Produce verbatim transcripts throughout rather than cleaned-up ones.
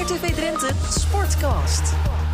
R T V Drenthe Sportcast.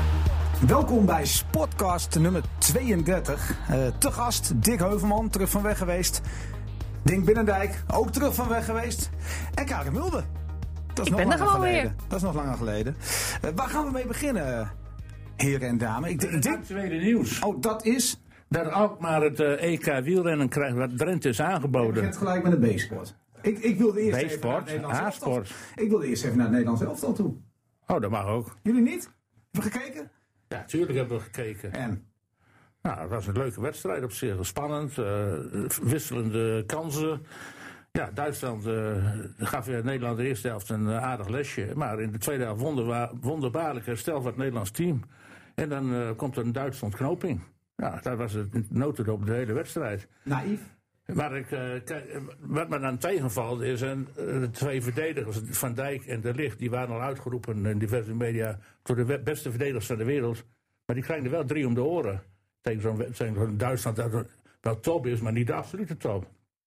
Welkom bij Sportcast nummer tweeëndertig. Uh, te gast Dick Heuvelman, terug van weg geweest. Dink Binnendijk, ook terug van weg geweest. En Karin Mulder. Dat is Ik nog ben er gewoon geleden. weer. Dat is nog langer geleden. Uh, waar gaan we mee beginnen, heren en dames? Ik, Het denk, tweede nieuws. oh, dat is... Dat Alkmaar het uh, E K wielrennen krijgt wat Drenthe is Ik aangeboden. begin gelijk met de B-sport. Ik, ik wilde eerst even naar het B-sport, Nederlands elftal. A-sport. Ik wilde eerst even naar het Nederlands elftal toe. Oh, dat mag ook. Jullie niet? Hebben we gekeken? Ja, tuurlijk hebben we gekeken. En? Nou, het was een leuke wedstrijd op zich. Spannend, uh, wisselende kansen. Ja, Duitsland uh, gaf weer Nederland de eerste helft een uh, aardig lesje. Maar in de tweede helft wonderwa- wonderbaarlijk herstel van het Nederlands team. En dan uh, komt er een Duitse ontknoping. Ja, dat was het notendop de hele wedstrijd. Naïef? Maar ik, uh, kijk, wat me dan tegenvalt is een, uh, de twee verdedigers, Van Dijk en De Ligt, die waren al uitgeroepen in diverse media tot de beste verdedigers van de wereld. Maar die krijgen er wel drie om de oren. Tegen zo'n, tegen zo'n Duitsland dat wel top is, maar niet de absolute top.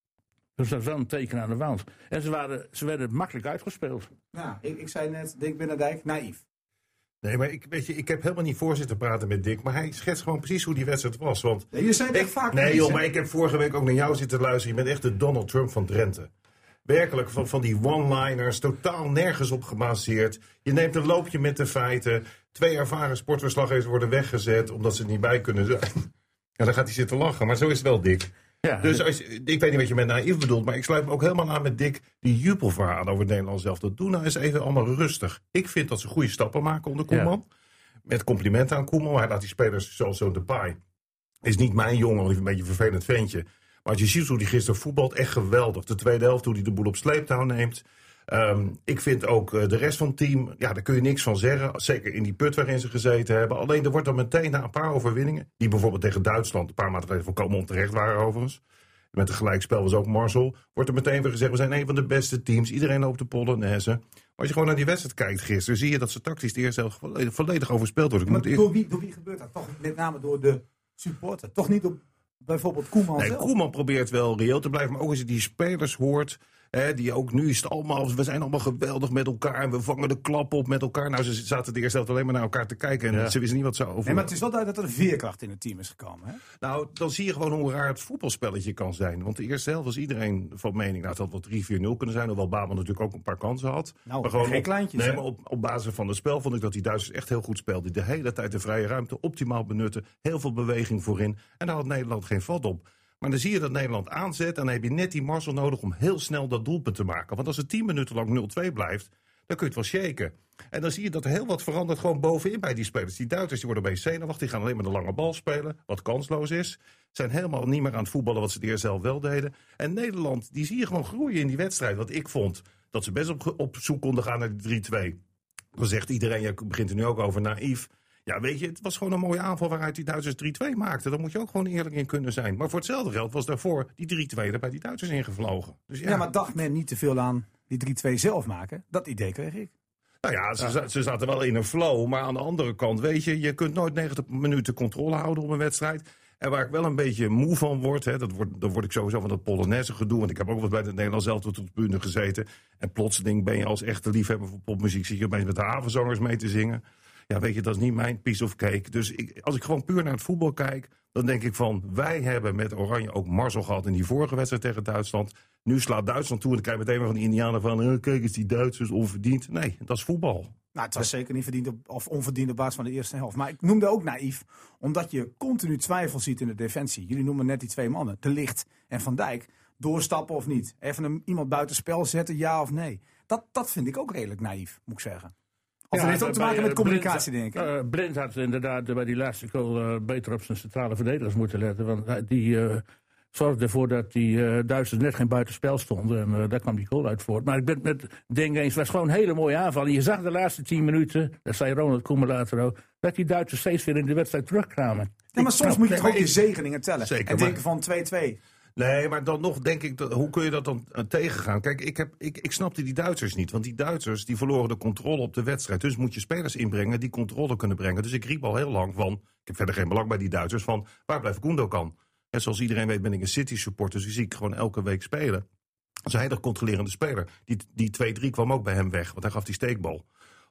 Dus dat is wel een teken aan de wand. En ze, waren, ze werden makkelijk uitgespeeld. Nou, ik, ik zei net, Dink Binnendijk, naïef. Nee, maar ik, weet je, ik heb helemaal niet voor zitten praten met Dick. Maar hij schetst gewoon precies hoe die wedstrijd was. Want Nee, je zei het ik, echt vaak. nee niet, joh, hè? maar ik heb vorige week ook naar jou zitten luisteren. Je bent echt de Donald Trump van Drenthe. Werkelijk, van, van die one-liners, totaal nergens op gebaseerd. Je neemt een loopje met de feiten. Twee ervaren sportverslaggevers worden weggezet omdat ze er niet bij kunnen zijn. En dan gaat hij zitten lachen, maar zo is het wel, Dick. Ja, Dus als, je- ik weet niet wat je met naïef bedoelt, maar ik sluit me ook helemaal aan met Dick. Die jubelverhalen over het Nederlands zelf. Dat doen nou eens even allemaal rustig. Ik vind dat ze goede stappen maken onder Koeman. Met complimenten aan Koeman. Hij laat die spelers zoals zo'n Depay. Is niet mijn jongen, want hij is een beetje een vervelend ventje. Maar als je ziet hoe hij gisteren voetbalt, echt geweldig. De tweede helft, hoe hij de boel op sleeptouw neemt. Um, ik vind ook uh, de rest van het team, ja, daar kun je niks van zeggen. Zeker in die put waarin ze gezeten hebben. Alleen er wordt dan meteen na een paar overwinningen, die bijvoorbeeld tegen Duitsland een paar maanden geleden volkomen onterecht waren overigens. Met een gelijkspel was ook Marcel. Wordt er meteen weer gezegd, we zijn een van de beste teams. Iedereen loopt de Polonaise. Maar als je gewoon naar die wedstrijd kijkt gisteren, zie je dat ze tactisch de eerste helft volledig, volledig overspeeld wordt. Ik Maar moet eerst- door wie, door wie gebeurt dat? Toch met name door de supporter. Toch niet door bijvoorbeeld Koeman Nee, zelf. Koeman probeert wel reëel te blijven. Maar ook als je die spelers hoort. Hè, die ook nu is het allemaal. We zijn allemaal geweldig met elkaar. En we vangen de klap op met elkaar. Nou, ze zaten de eerste helft alleen maar naar elkaar te kijken. En Ja. ze wisten niet wat ze over. Nee, maar het is wel duidelijk dat er een veerkracht in het team is gekomen. Hè? Nou, dan zie je gewoon hoe raar het voetbalspelletje kan zijn. Want de eerste helft was iedereen van mening. Nou, het had wel drie vier nul kunnen zijn. Hoewel Babel natuurlijk ook een paar kansen had. Nou, maar gewoon geen op, kleintjes, Nee, hè? maar op, op basis van het spel vond ik dat die Duitsers echt heel goed speelden. De hele tijd de vrije ruimte optimaal benutten. Heel veel beweging voorin. En daar had Nederland geen vat op. Maar dan zie je dat Nederland aanzet. En dan heb je net die Marcel nodig om heel snel dat doelpunt te maken. Want als het tien minuten lang nul twee blijft, dan kun je het wel shaken. En dan zie je dat er heel wat verandert gewoon bovenin bij die spelers. Die Duitsers die worden bij zenuwachtig. Die gaan alleen maar de lange bal spelen. Wat kansloos is. Zijn helemaal niet meer aan het voetballen wat ze de eerste helft wel deden. En Nederland, die zie je gewoon groeien in die wedstrijd. Want ik vond dat ze best op, op zoek konden gaan naar die drie twee. Dan zegt iedereen, je begint er nu ook over, naïef. Ja, weet je, het was gewoon een mooie aanval waaruit die Duitsers drie twee maakten. Daar moet je ook gewoon eerlijk in kunnen zijn. Maar voor hetzelfde geld was daarvoor die drie twee er bij die Duitsers ingevlogen. Dus ja, Ja. maar dacht men niet te veel aan die drie twee zelf maken? Dat idee kreeg ik. nou ja, ze, za- ze zaten wel in een flow. Maar aan de andere kant, weet je, je kunt nooit negentig minuten controle houden op een wedstrijd. En waar ik wel een beetje moe van word, hè, dat word, dan word ik sowieso van dat Polonaise gedoe. Want ik heb ook wat bij het Nederlands elftal tot de bühne gezeten. En plotseling ben je als echte liefhebber voor popmuziek, zit je opeens met de havenzangers mee te zingen. Ja, weet je, dat is niet mijn piece of cake. Dus ik, als ik gewoon puur naar het voetbal kijk, dan denk ik van, wij hebben met Oranje ook Marcel gehad in die vorige wedstrijd tegen Duitsland. Nu slaat Duitsland toe en dan krijg je meteen weer van die Indianen van, eh, kijk eens die Duitsers onverdiend. Nee, dat is voetbal. Nou, het was zeker niet verdiend op, of onverdiend op basis van de eerste helft. Maar ik noemde ook naïef, omdat je continu twijfel ziet in de defensie. Jullie noemen net die twee mannen, De Ligt en Van Dijk. Doorstappen of niet? Even een, iemand buiten spel zetten, ja of nee? Dat, dat vind ik ook redelijk naïef, moet ik zeggen. Of het heeft ook te maken met communicatie, denk ik. Uh, Blind had inderdaad bij die laatste goal uh, beter op zijn centrale verdedigers moeten letten. Want uh, die uh, zorgde ervoor dat die uh, Duitsers net geen buitenspel stonden. En uh, daar kwam die goal uit voort. Maar ik ben het met Ding eens, het was gewoon een hele mooie aanval. En je zag de laatste tien minuten, dat zei Ronald Koeman later ook, dat die Duitsers steeds weer in de wedstrijd terugkwamen. Ja, maar soms Nou, moet je nee, toch ook maar je zegeningen tellen. Zeker, en maar- denken van twee twee. Nee, maar dan nog denk ik, dat, hoe kun je dat dan uh, tegengaan? Kijk, ik, heb, ik, ik snapte die Duitsers niet. Want die Duitsers die verloren de controle op de wedstrijd. Dus moet je spelers inbrengen die controle kunnen brengen. Dus ik riep al heel lang van, ik heb verder geen belang bij die Duitsers, van waar blijft Gundogan? En zoals iedereen weet ben ik een City supporter, dus die zie ik gewoon elke week spelen. Dat is een heilig controlerende speler. Die, die twee drie kwam ook bij hem weg, want hij gaf die steekbal.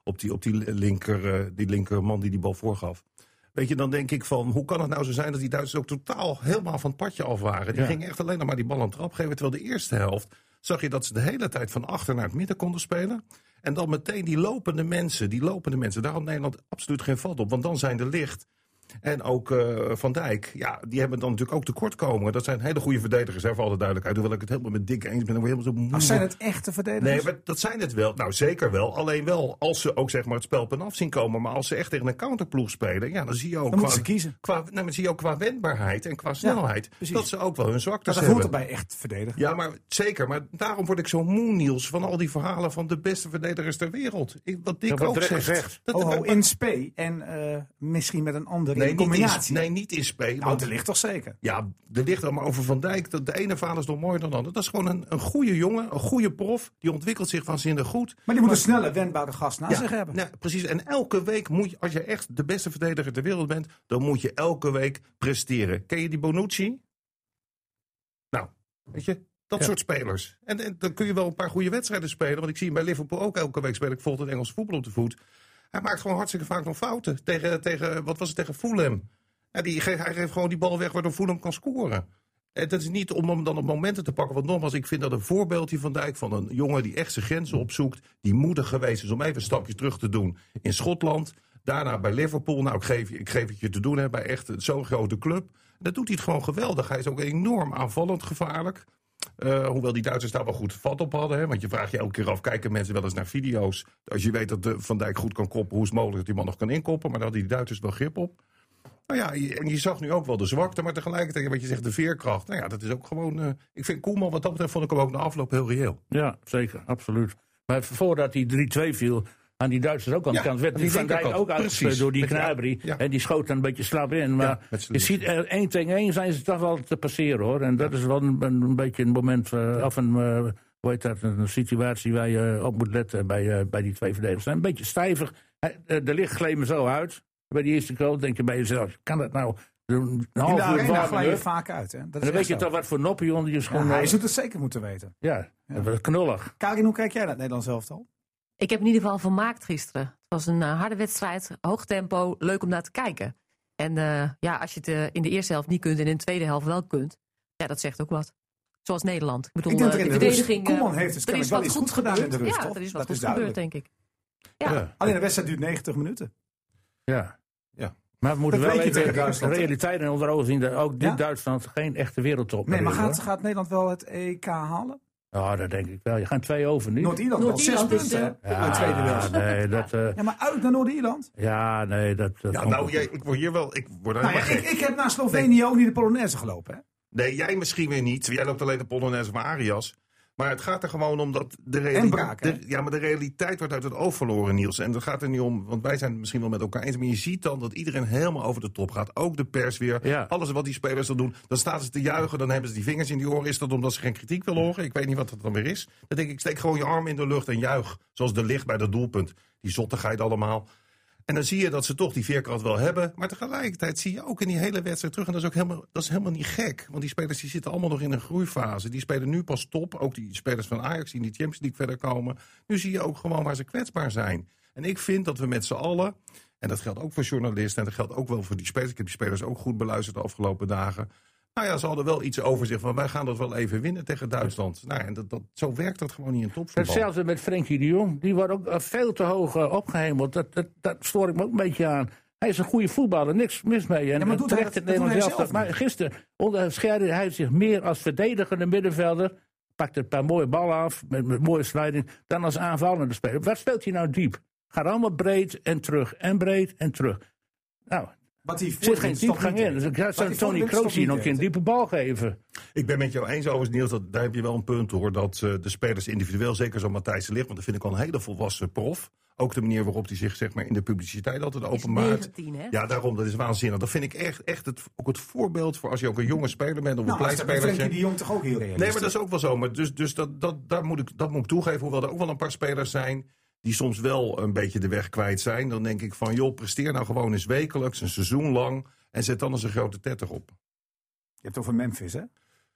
op die, op die, linker, uh, die linkerman die die bal voorgaf. Weet je, dan denk ik van, hoe kan het nou zo zijn dat die Duitsers ook totaal helemaal van het padje af waren? Die ja. gingen echt alleen nog maar die bal aan trap geven. Terwijl de eerste helft zag je dat ze de hele tijd van achter naar het midden konden spelen. En dan meteen die lopende mensen, die lopende mensen, daar had Nederland absoluut geen vat op. Want dan zijn de Ligt en ook uh, Van Dijk, ja, die hebben dan natuurlijk ook tekortkomingen. Dat zijn hele goede verdedigers, hè, voor alle duidelijkheid. Hoewel ik het helemaal met Dick eens ben. Dan word je helemaal zo moe. Zijn het echte verdedigers? Nee, maar dat zijn het wel. Nou, zeker wel. Alleen wel als ze ook zeg maar het spel pen af zien komen. Maar als ze echt tegen een counterploeg spelen, ja, dan zie je ook dan qua, ze kiezen. Qua, nou, dan zie je ook qua wendbaarheid en qua snelheid ja, dat ze ook wel hun zwaktes hebben. Dat hoort erbij echt verdedigen. Ja, maar zeker. Maar daarom word ik zo moe, Niels, van al die verhalen van de beste verdedigers ter wereld. Ik, wat Dick ja, ook zegt. zegt. Dat, oh, oh, in spe en uh, misschien met een andere nee, combinatie. Nee, niet in spe. Nou, er ligt toch zeker? Ja, er ligt al maar over Van Dijk. Dat de ene vader is nog mooier dan de ander. Dat is gewoon een, een goede jongen, een goede prof. Die ontwikkelt zich waanzinnig goed. Maar die moet een snelle, wendbare gast naast ja, zich hebben. Ja, precies. En elke week moet je, als je echt de beste verdediger ter wereld bent, dan moet je elke week presteren. Ken je die Bonucci? Nou, weet je, dat ja. soort spelers. En, en dan kun je wel een paar goede wedstrijden spelen. Want ik zie hem bij Liverpool ook elke week spelen. Ik volg het Engelse voetbal op de voet. Hij maakt gewoon hartstikke vaak nog fouten. Tegen, tegen wat was het, tegen Fulham. Ja, die, hij geeft gewoon die bal weg waardoor Fulham kan scoren. En dat is niet om hem dan op momenten te pakken. Want nogmaals, ik vind dat een voorbeeldje van Dijk van een jongen die echt zijn grenzen opzoekt. Die moedig geweest is om even een stapje terug te doen in Schotland. Daarna bij Liverpool. Nou, ik geef, ik geef het je te doen hè, bij echt zo'n grote club. Dat doet hij het gewoon geweldig. Hij is ook enorm aanvallend gevaarlijk. Uh, hoewel die Duitsers daar wel goed vat op hadden. Hè? Want je vraagt je elke keer af, kijken mensen wel eens naar video's. Als je weet dat de Van Dijk goed kan koppen, hoe is het mogelijk dat die man nog kan inkoppen. Maar daar hadden die Duitsers wel grip op. Nou ja, en je zag nu ook wel de zwakte, maar tegelijkertijd wat je zegt, de veerkracht. Nou ja, dat is ook gewoon... Uh, ik vind Koeman wat dat betreft vond ik hem ook na afloop heel reëel. Ja, zeker, absoluut. Maar voordat die drie twee viel, aan die Duitsers ook aan de ja, kant, werd die Van Dijk ook uitgespeeld door die Gnabry. Ja. En die schoot dan een beetje slap in. Maar ja, je ziet, één tegen één zijn ze toch wel te passeren, hoor. En dat is wel een, een beetje een moment, uh, of een... Uh, hoe heet dat, een situatie waar je op moet letten bij, uh, bij die twee verdedigers. Een beetje stijvig. De licht gleed me zo uit. Bij die eerste goal denk je bij jezelf, kan dat nou een half uur warmen? Daar glij je vaak uit. Hè? Dat en dan weet je zo. Toch wat voor noppie onder je schoen. Ja, hij zou het zeker moeten weten. Ja, ja. Dat was knullig. Karin, hoe kijk jij naar het Nederlands elftal? Ik heb in ieder geval vermaakt gisteren. Het was een uh, harde wedstrijd, hoog tempo, leuk om naar te kijken. En uh, ja, als je het uh, in de eerste helft niet kunt en in de tweede helft wel kunt, ja, dat zegt ook wat. Zoals Nederland. Ik bedoel, ik denk uh, de, de verdediging. Koeman heeft het kennelijk wel iets goed gedaan in de rust. Ja, er is wat goed gebeurd, denk ik. Ja. Ja. Alleen de wedstrijd duurt negentig minuten. Ja. Ja. Maar we moeten dat wel even de realiteit in onder ogen zien dat ook dit ja? Duitsland geen echte wereldtop Nee, maar gaat, gaat Nederland wel het E K halen? Ja, dat denk ik wel. Je gaat twee over nu. Noord-Ierland wel zes punten. Ja, tweede ja, nee, dat, uh... ja, maar uit naar Noord-Ierland? Ja, nee, dat... dat ja, nou, jij, ik word hier wel... Ik, word nou, ja, ik, ik heb naar Slovenië nee. ook niet de Polonaise gelopen, hè? Nee, jij misschien weer niet. Jij loopt alleen de Polonaise van Arias. Maar het gaat er gewoon om dat de, reali- braak, de, ja, maar de realiteit wordt uit het oog verloren, Niels. En dat gaat er niet om, want wij zijn het misschien wel met elkaar eens. Maar je ziet dan dat iedereen helemaal over de top gaat. Ook de pers weer. Ja. Alles wat die spelers dan doen. Dan staan ze te juichen, dan hebben ze die vingers in die oren. Is dat omdat ze geen kritiek willen horen? Ik weet niet wat dat dan weer is. Dan denk ik, steek gewoon je arm in de lucht en juich. Zoals de Ligt bij dat doelpunt. Die zottigheid allemaal. En dan zie je dat ze toch die veerkracht wel hebben. Maar tegelijkertijd zie je ook in die hele wedstrijd terug. En dat is ook helemaal, dat is helemaal niet gek. Want die spelers die zitten allemaal nog in een groeifase. Die spelen nu pas top. Ook die spelers van Ajax die in die Champions League verder komen. Nu zie je ook gewoon waar ze kwetsbaar zijn. En ik vind dat we met z'n allen... En dat geldt ook voor journalisten. En dat geldt ook wel voor die spelers. Ik heb die spelers ook goed beluisterd de afgelopen dagen. Nou ja, ze hadden wel iets over zich van wij gaan dat wel even winnen tegen Duitsland. Nou, en dat, dat, zo werkt dat gewoon niet in topvoetbal. Hetzelfde met Frenkie de Jong. Die wordt ook veel te hoog uh, opgehemeld. Dat, dat, dat stoor ik me ook een beetje aan. Hij is een goede voetballer, niks mis mee. En, ja, maar doet terecht hij, het Nederlands zelf. Maar gisteren onderscheidde hij zich meer als verdedigende middenvelder. Pakte een paar mooie ballen af, met, met mooie sliding, dan als aanvallende speler. Wat speelt hij nou diep? Gaat allemaal breed en terug, en breed en terug. Nou... Er zit geen diepgang in. Dus ik zou Tony Kroos hier nog een diepe bal geven. Ik ben met jou eens overigens, Niels. Dat, daar heb je wel een punt hoor. Dat uh, de spelers individueel, zeker zo'n Matthijs de Ligt. Want dat vind ik al een hele volwassen prof. Ook de manier waarop hij zich zeg maar, in de publiciteit altijd openmaakt. Ja, daarom, dat is waanzinnig. Dat vind ik echt, echt het, ook het voorbeeld voor als je ook een jonge speler bent. Of nou, een klein spelertje. Frenkie de Jong toch ook heel realistisch. Nee, maar dat is ook wel zo. Maar dus dus dat, dat, daar moet ik, dat moet ik toegeven. Hoewel er ook wel een paar spelers zijn... die soms wel een beetje de weg kwijt zijn. Dan denk ik van, joh, presteer nou gewoon eens wekelijks, een seizoen lang... en zet dan eens een grote tet erop. Je hebt het over Memphis, hè?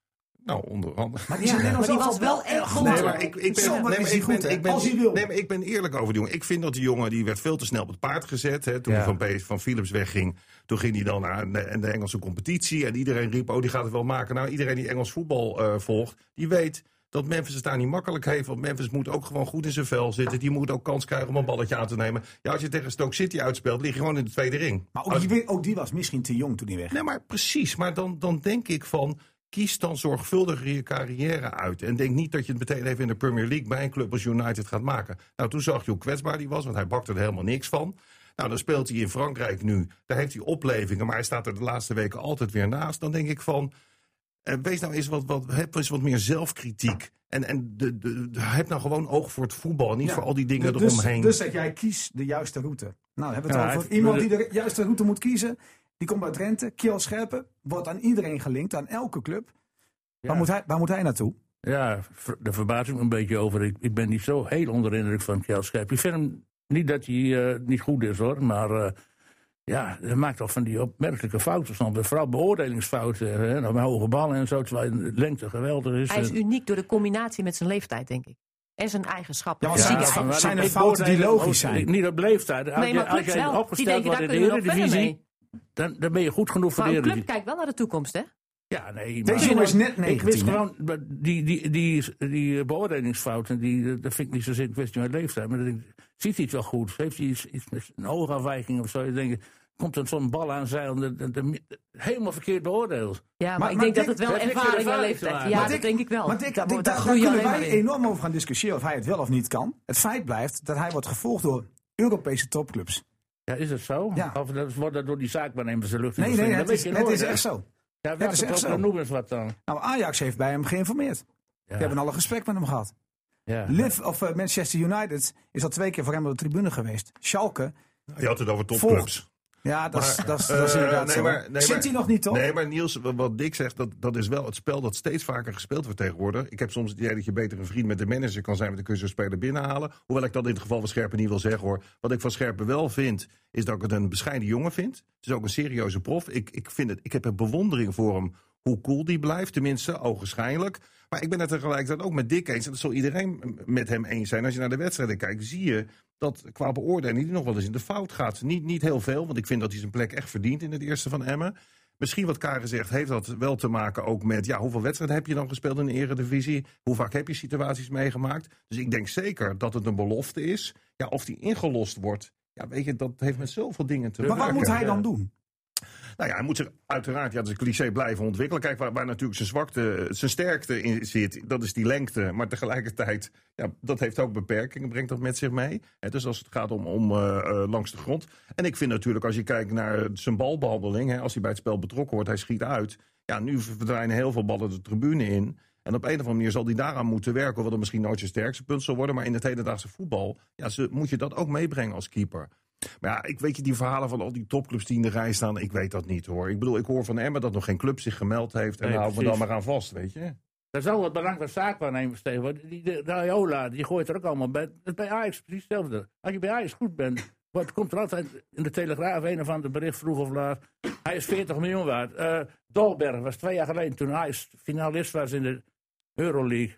Nou, onder andere. Maar die, zijn maar die was wel echt echt goed. goed. Nee, maar ik, ik ben, Zo, nee, maar maar is hij ik ben, goed, hè? ik ben, Als hij wil. nee, maar ik ben eerlijk over die jongen. Ik vind dat die jongen, die werd veel te snel op het paard gezet. Hè, toen Ja. hij van, P- van Philips wegging. Toen ging hij dan naar de, de Engelse competitie. En iedereen riep, oh, die gaat het wel maken. Nou, iedereen die Engels voetbal uh, volgt, die weet dat Memphis het daar niet makkelijk heeft. Want Memphis moet ook gewoon goed in zijn vel zitten. Die moet ook kans krijgen om een balletje aan te nemen. Ja, als je tegen Stoke City uitspeelt, lig je gewoon in de tweede ring. Maar ook Als- die, ook die was misschien te jong toen hij weg. Nee, maar precies. Maar dan, dan denk ik van, kies dan zorgvuldig je carrière uit. En denk niet dat je het meteen even in de Premier League bij een club als United gaat maken. Nou, toen zag je hoe kwetsbaar die was, want hij bakte er helemaal niks van. Nou, dan speelt hij in Frankrijk nu. Daar heeft hij oplevingen, maar hij staat er de laatste weken altijd weer naast. Dan denk ik van, eh, wees nou eens wat, wat, heb eens wat meer zelfkritiek. En, en de, de, de, heb nou gewoon oog voor het voetbal en niet Ja. voor al die dingen dus, eromheen. Dus zeg jij, kies de juiste route. Nou, hebben we het Ja, over hij- iemand die de juiste route moet kiezen. Die komt uit Drenthe, Kjell Scherpen. Wordt aan iedereen gelinkt, aan elke club. Waar, moet hij, waar moet hij naartoe? Ja, ver- daar verbaas ik me een beetje over. Ik, ik ben niet zo heel onder de indruk van Kjell Scherpen. Ik vind hem niet dat hij uh, niet goed is, hoor. Maar uh, ja, hij maakt toch van die opmerkelijke fouten soms. Vooral beoordelingsfouten. Hè, op een hoge bal en zo, terwijl de lengte geweldig is. Hij is En- uniek door de combinatie met zijn leeftijd, denk ik. En zijn eigenschappen. Ja, want Fysieke zijn- eigenschappen. zijn er ik fouten die beoordeel- logisch zijn? Niet op leeftijd. Als Nee, je, maar als clubs je wel. Die opgesteld denken, wordt daar in de kunnen we nog verder Eredivisie, mee. dan, dan ben je goed genoeg voor Maar de een club Eredivisie. kijkt wel naar de toekomst, hè? Ja, nee, Deze maar- jongen is net Ik negentien. wist hè? gewoon, die, die, die, die beoordelingsfouten, die, dat vind ik niet zozeer een kwestie van leeftijd. Maar dat ik, ziet hij het wel goed? Heeft hij iets, iets met een oogafwijking of zo? Je denkt, komt er zo'n bal aan zeilen, de, de, de, de- helemaal verkeerd beoordeeld. Ja, maar, Maar- ik maar denk dat Dick- het wel heeft niks met ervaring en ervaring te leeftijd maken. is. Ja, Maar dat Dick- denk ik wel. Maar Dick, Daar Dick, wordt- daar, daar daar groei je kunnen alleen wij maar in. enorm over gaan discussiëren of hij het wel of niet kan. Het feit blijft dat hij wordt gevolgd door Europese topclubs. Ja, is het zo? Ja. Of dat wordt dat door die zaakwaarnemers de lucht Nee, nee, ingevlogen? het Dat is, weet je het nooit, is hè? echt zo. Ja, het is echt zo. Noem eens wat dan. Nou, Ajax heeft bij hem geïnformeerd. Ja. Die hebben al een gesprek met hem gehad. Ja. Liv, of uh, Manchester United is al twee keer voor hem op de tribune geweest. Schalke, Je had het over topclubs. Volgt. ja, dat is, Maar, dat is, dat is eh, inderdaad nee, zo. maar- nee, Zit maar- hij nog niet, toch? Nee, maar Niels, wat- wat Dick zegt, dat, dat is wel het spel dat steeds vaker gespeeld wordt tegenwoordig. Ik heb soms het idee dat je beter een vriend met de manager kan zijn, want dan kun je zo'n speler binnenhalen. Hoewel ik dat in het geval van Scherpen niet wil zeggen, hoor. Wat ik van Scherpen wel vind, is dat ik het een bescheiden jongen vind. Het is ook een serieuze prof. Ik, ik, vind het, ik heb een bewondering voor hem, hoe cool die blijft, tenminste, ogenschijnlijk. Maar ik ben het tegelijkertijd ook met Dick eens, en dat zal iedereen met hem eens zijn. Als je naar de wedstrijden kijkt, zie je dat qua beoordeling hij nog wel eens in de fout gaat. Niet, niet heel veel, want ik vind dat hij zijn plek echt verdient in het eerste van Emmen. Misschien wat Karen zegt, heeft dat wel te maken ook met, ja, hoeveel wedstrijden heb je dan gespeeld in de Eredivisie? Hoe vaak heb je situaties meegemaakt? Dus ik denk zeker dat het een belofte is. Ja, of die ingelost wordt, ja, weet je, dat heeft met zoveel dingen te Maar maken. wat moet hij dan doen? Nou ja, hij moet zich uiteraard, ja, dat is een cliché, blijven ontwikkelen. Kijk, waar, waar natuurlijk zijn zwakte, zijn sterkte in zit, dat is die lengte. Maar tegelijkertijd, ja, dat heeft ook beperkingen, brengt dat met zich mee. Hè, dus als het gaat om, om uh, uh, langs de grond. En ik vind natuurlijk, als je kijkt naar zijn balbehandeling, hè, als hij bij het spel betrokken wordt, hij schiet uit. Ja, nu verdwijnen heel veel ballen de tribune in. En op een of andere manier zal hij daaraan moeten werken, hoewel dat misschien nooit zijn sterkste punt zal worden. Maar in het hedendaagse voetbal, ja, ze, moet je dat ook meebrengen als keeper. Maar ja, ik weet je, die verhalen van al die topclubs die in de rij staan, ik weet dat niet, hoor. Ik bedoel, ik hoor van Emmen dat nog geen club zich gemeld heeft. En Nee, daar houden we dan precies. maar aan vast, weet je. Dat zou wat belang van zaakwaarnemers tegenwoordig. Die, de, de Ayola, die gooit er ook allemaal bij. Dat is bij Ajax precies hetzelfde. Als je bij Ajax goed bent, wat komt er altijd in de Telegraaf een of ander bericht vroeg of laat. Hij is veertig miljoen waard. Uh, Dolberg was twee jaar geleden, toen Ajax finalist was in de Euroleague.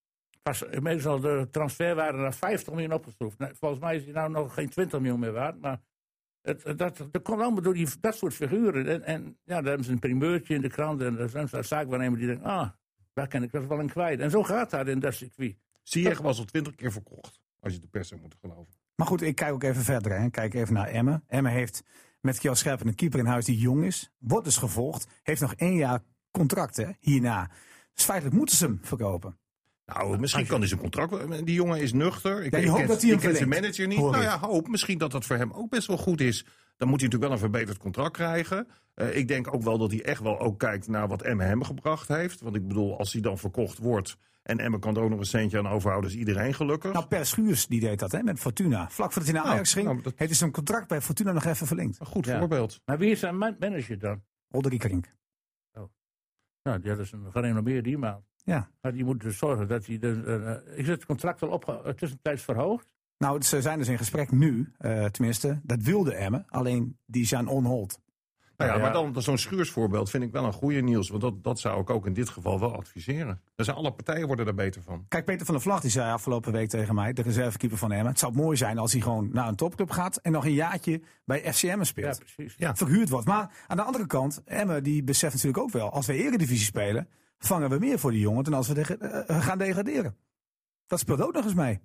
Was inmiddels al de transferwaarde naar vijftig miljoen opgeschroefd. Nou, volgens mij is hij nou nog geen twintig miljoen meer waard. Maar het, het, dat, dat komt allemaal door die, dat soort figuren. En, en ja, daar hebben ze een primeurtje in de krant. En er zijn een zaakwaarnemer die denkt, ah, daar kan ik dat wel in kwijt. En zo gaat dat in dat circuit. Ziyech was al twintig keer verkocht, als je de pers zou moeten geloven. Maar goed, ik kijk ook even verder. Hè. Kijk even naar Emmen. Emmen heeft met Kjell Scherpen een keeper in huis die jong is. Wordt dus gevolgd. Heeft nog één jaar contract, hè, hierna. Dus feitelijk moeten ze hem verkopen. Nou, misschien kan hij zijn contract. Die jongen is nuchter. Ik, Ja, je ik hoopt ken, dat hij hem ik ken zijn verlengt, manager niet. hoor Nou ik. ja, hoop. Misschien dat dat voor hem ook best wel goed is. Dan moet hij natuurlijk wel een verbeterd contract krijgen. Uh, ik denk ook wel dat hij echt wel ook kijkt naar wat Emmen hem gebracht heeft. Want ik bedoel, als hij dan verkocht wordt en Emmen kan er ook nog een centje aan overhouden, is iedereen gelukkig. Nou, Per Schuurs die deed dat, hè, met Fortuna. Vlak voordat hij naar Ajax ging, nou, dat- heeft hij zijn contract bij Fortuna nog even verlengd. Een goed Ja. voorbeeld. Maar wie is zijn man- manager dan? Roderick Rink. Nou, dat is een gerenommeerde iemand. Ja. Maar die moet dus zorgen dat hij... De, uh, is het contract al opge- uh, tussentijds verhoogd? Nou, ze zijn dus in gesprek nu, uh, tenminste. Dat wilde Emmen, alleen die zijn on hold. Nou ja, Ja. maar dan zo'n Schuursvoorbeeld vind ik wel een goede, Niels. Want dat, dat zou ik ook in dit geval wel adviseren. Er zijn alle partijen worden er beter van. Kijk, Peter van der Vlag die zei afgelopen week tegen mij, de reservekeeper van Emmen, het zou mooi zijn als hij gewoon naar een topclub gaat en nog een jaartje bij F C Emmen speelt. Ja, precies. Ja. Verhuurd wordt. Maar aan de andere kant, Emmen die beseft natuurlijk ook wel, als we Eredivisie spelen, vangen we meer voor die jongen dan als we dege- uh, gaan degraderen. Dat speelt ook nog eens mee.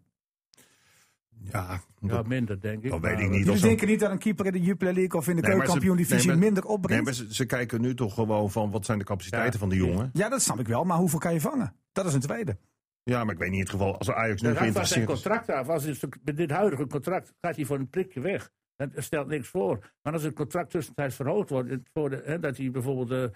Ja, Ja, dat, minder, denk ik. dat weet Maar, ik niet. Jullie Of zo- denken niet dat een keeper in de Jupiler League of in de Nee, maar ze- keukenkampioen-divisie nee, maar- minder Nee, opbrengt? maar ze, ze kijken nu toch gewoon van wat zijn de capaciteiten Ja. van die jongen. Ja, dat snap ik wel, maar hoeveel kan je vangen? Dat is een tweede. Ja, maar ik weet niet in het geval als Ajax nu Dat hangt van zijn geïnteresseerd is. contract af. Als het, met dit huidige contract gaat hij voor een prikje weg. Dat stelt niks voor. Maar als het contract tussentijds verhoogd wordt, voor de, hè, dat hij bijvoorbeeld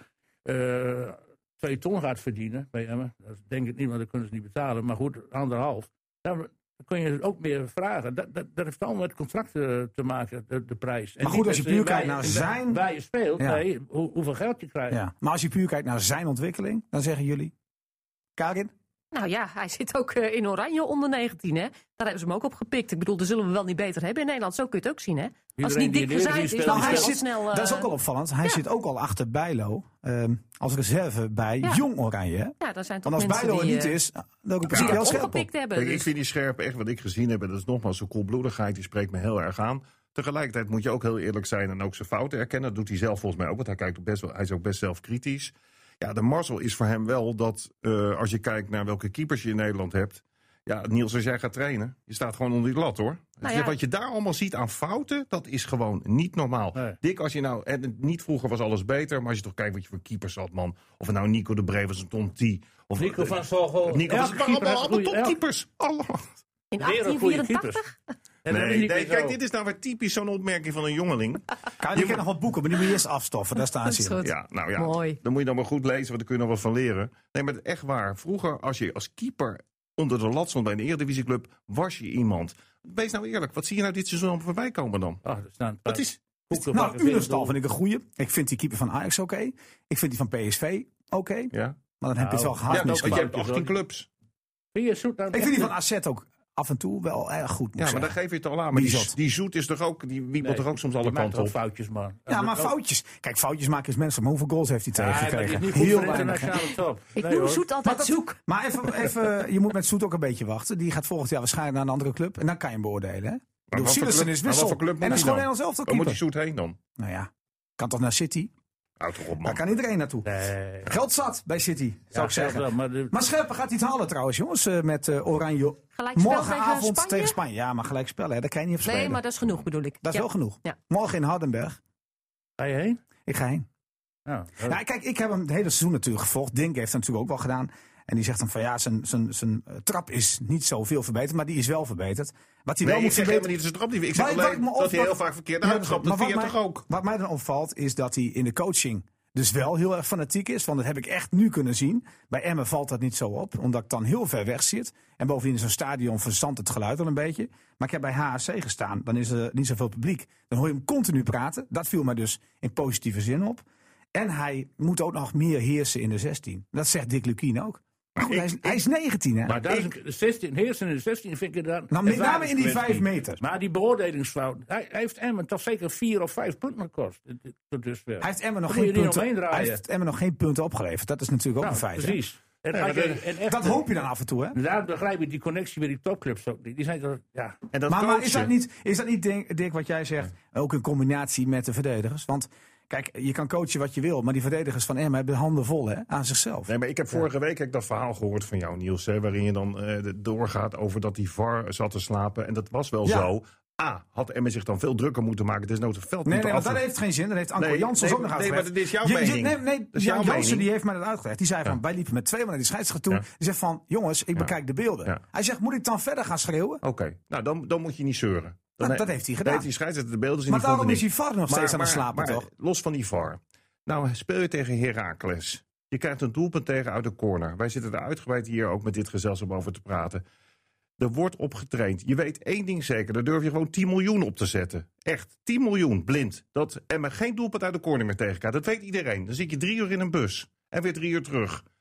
uh, uh, twee ton gaat verdienen bij Emmen, dat denk ik niet, want dat kunnen ze niet betalen. Maar goed, anderhalf. Dan kun je ook meer vragen. Dat, dat, dat heeft allemaal met contracten te maken, de, de prijs. En Maar goed, niet als je met, puur waar kijkt naar je- zijn- Waar je speelt, Ja. nee, hoe, hoeveel geld je krijgt. Ja. Maar als je puur kijkt naar zijn ontwikkeling, dan zeggen jullie, Karin? Nou ja, hij zit ook uh, in Oranje onder negentien, hè. Daar hebben ze hem ook op gepikt. Ik bedoel, daar zullen we wel niet beter hebben in Nederland. Zo kun je het ook zien, hè. Als het Iedereen niet die dik in de gezaaid is, Eredivisie dan Nou, is hij het zit, al snel... uh, dat is ook wel opvallend. Hij ja. zit ook al achter Bijlo ehm, als reserve bij Ja. Jong Oranje. Hè? Ja, daar zijn toch Want als mensen Bijlo er die, niet uh, is, dan roepen die ze hem heel scherp op. opgepikt hebben. Kijk, ik dus- vind die scherpe echt wat ik gezien heb. En dat is nogmaals zo'n koelbloedigheid. Die spreekt me heel erg aan. Tegelijkertijd moet je ook heel eerlijk zijn en ook zijn fouten erkennen. Dat doet hij zelf volgens mij ook. Want hij, kijkt ook best wel, hij is ook best zelfkritisch. Ja, de mazzel is voor hem wel dat uh, als je kijkt naar welke keepers je in Nederland hebt. Ja, Niels, als jij gaat trainen, je staat gewoon onder die lat, hoor. Nou ja. Wat je daar allemaal ziet aan fouten, dat is gewoon niet normaal. Nee. Dick, als je nou, en niet vroeger was alles beter, maar als je toch kijkt wat je voor keepers had, man. Of het nou Nico de Bree was, een Tom T. Of Nico van Zogel. Nico was, Elke maar keeper allemaal, heeft allemaal goeie- elke- topkeepers. Allemaal. In Weer een goede achttienhonderdvierentachtig? En dat is Nee, niet nee, meer kijk, zo. dit is nou weer typisch zo'n opmerking van een jongeling. Karin, je kent nog wat boeken, maar die moet je eerst afstoffen. Daar staan Dat ze is in. goed. Ja, nou ja, Mooi. dan moet je dan maar goed lezen, want daar kun je nog wat van leren. Nee, maar het is echt waar. Vroeger, als je als keeper onder de lat stond bij een Eredivisieclub, was je iemand. Wees nou eerlijk, wat zie je nou dit seizoen op voorbij komen dan? Oh, er staan een paar Wat is... boeken Nou, waar ik Unestal veel vind ik een goeie. Ik vind die keeper van Ajax oké. Ik vind die van P S V oké. Ja, Maar dan heb je het wel Nou, gehad. ja mis want je gemaakt. hebt achttien clubs. Vind je Zoet nou Ik vind echt die van een- A Z ook af en toe wel erg goed. Moet Ja, ik maar dan zeggen. geef je het al aan. Maar die, Bizot. die zoet is toch ook, die wiebelt Nee, toch ook soms die alle maakt kanten ook op. foutjes, man. Ja, maar Dat is ook- foutjes. Kijk, foutjes maken is mensen. Maar hoeveel goals heeft hij Ja, maar die is tegengekregen? niet goed Heel voor weinig. hè. internationale top. Ik Nee, noem hoor. Zoet altijd dat- Zoek. Maar even, even, je moet met Soet ook een beetje wachten. Die gaat volgend jaar waarschijnlijk naar een andere club. En dan kan je hem beoordelen. Hè? Maar Door wat voor Sillissen club- is maar wat wissel. voor club En moet dat is hij gewoon dan? Nederlands elftal Waar moet die keeper. zoet heen dan? Nou ja, kan toch naar City? Houd toch op, Daar man. kan iedereen naartoe. Nee. Geld zat bij City, zou Ja, ik zeggen. wel, maar de- Maar Scherpen gaat iets halen trouwens, jongens. eh, Met eh, Oranje. Gelijkspel Morgenavond tegen tegen Spanje. Spanje? Ja, maar gelijk spelen, hè. Daar kan je niet op spelen. Nee, maar dat is genoeg, bedoel ik. Dat is Ja. wel genoeg. Ja. Morgen in Hardenberg. Ga je heen? Ik ga heen. Ja, dat- Nou, kijk, ik heb hem het hele seizoen natuurlijk gevolgd. Dink heeft het natuurlijk ook wel gedaan. En die zegt dan van ja, zijn, zijn, zijn eh, trap is niet zoveel verbeterd, maar die is wel verbeterd. Wat hij Nee, wel ik moet zeg helemaal verbeteren. niet dat ze trap niet. Ik zeg Maar wat alleen me op- dat hij heel wat- vaak verkeerd Ja, uittrapt. Dat maar vind je wat toch mij- ook? Wat mij dan opvalt is dat hij in de coaching dus wel heel erg fanatiek is. Want dat heb ik echt nu kunnen zien. Bij Emmen valt dat niet zo op, omdat ik dan heel ver weg zit. En bovendien in zo'n stadion verzandt het geluid al een beetje. Maar ik heb bij H S C gestaan, dan is er niet zoveel publiek. Dan hoor je hem continu praten. Dat viel mij dus in positieve zin op. En hij moet ook nog meer heersen in de zestien. Dat zegt Dick Lukien ook. Maar goed, ik- hij, is, hij is negentien, hè? Maar duizend, zestien, heersen in de zestien vind ik dan. Nou, met name in die vijf meter. Maar die beoordelingsfout. Hij, hij heeft Emmen toch zeker vier of vijf punten gekost. Tot dusver. Hij heeft Emmen nog Dan moet geen je die punten. omheen draaien. Hij heeft Emmen nog geen punten opgeleverd. Dat is natuurlijk ook Nou, een feit. hè? precies. En, Ja, als je- dat- en echt- Dat hoop je dan af en toe, hè? Daar begrijp ik die connectie met die topclubs ook niet. Die zijn toch, ja. En dat Maar, maar is coachen- dat niet, is dat niet Dick, Dick, wat jij zegt, ook in combinatie met de verdedigers? Want kijk, je kan coachen wat je wil, maar die verdedigers van Emmen hebben de handen vol hè, aan zichzelf. Nee, maar ik heb vorige week heb ik dat verhaal gehoord van jou, Niels. Hè, waarin je dan eh, de- doorgaat over dat die V A R zat te slapen. En dat was wel Ja. zo. A, had Emmen zich dan veel drukker moeten maken. Het is nooit een veld Nee, niet nee, want af. dat heeft geen zin. Dat heeft Anko Nee, Janssens nee, ook nog nee, uitgelegd. maar dit is jouw Je- je- mening. Nee, nee, Dat is Jan jouw Jansen mening. die heeft mij dat uitgelegd. Die zei van, Ja. wij liepen met twee man naar die scheidsrechter toe. Ja. Die zegt van, jongens, ik bekijk de beelden. Ja. Hij zegt, moet ik dan verder gaan schreeuwen? Oké, nou dan, dan moet je niet zeuren. Dan Nou, dat heeft hij gedaan. heeft die scheidsrechter de beelden zien. Maar die vonden daarom is niks. die V A R nog steeds aan het slapen, maar, toch? Los van die V A R. Nou, speel je tegen Heracles. Je krijgt een doelpunt tegen uit de corner. Wij zitten er uitgebreid hier ook met dit gezelschap over te praten. Er wordt op getraind. Je weet één ding zeker. Daar durf je gewoon tien miljoen op te zetten. Echt, tien miljoen, blind. Dat Emmen geen doelpunt uit de corner meer tegenkrijgt. Dat weet iedereen. Dan zit je drie uur in een bus. En weer drie uur terug.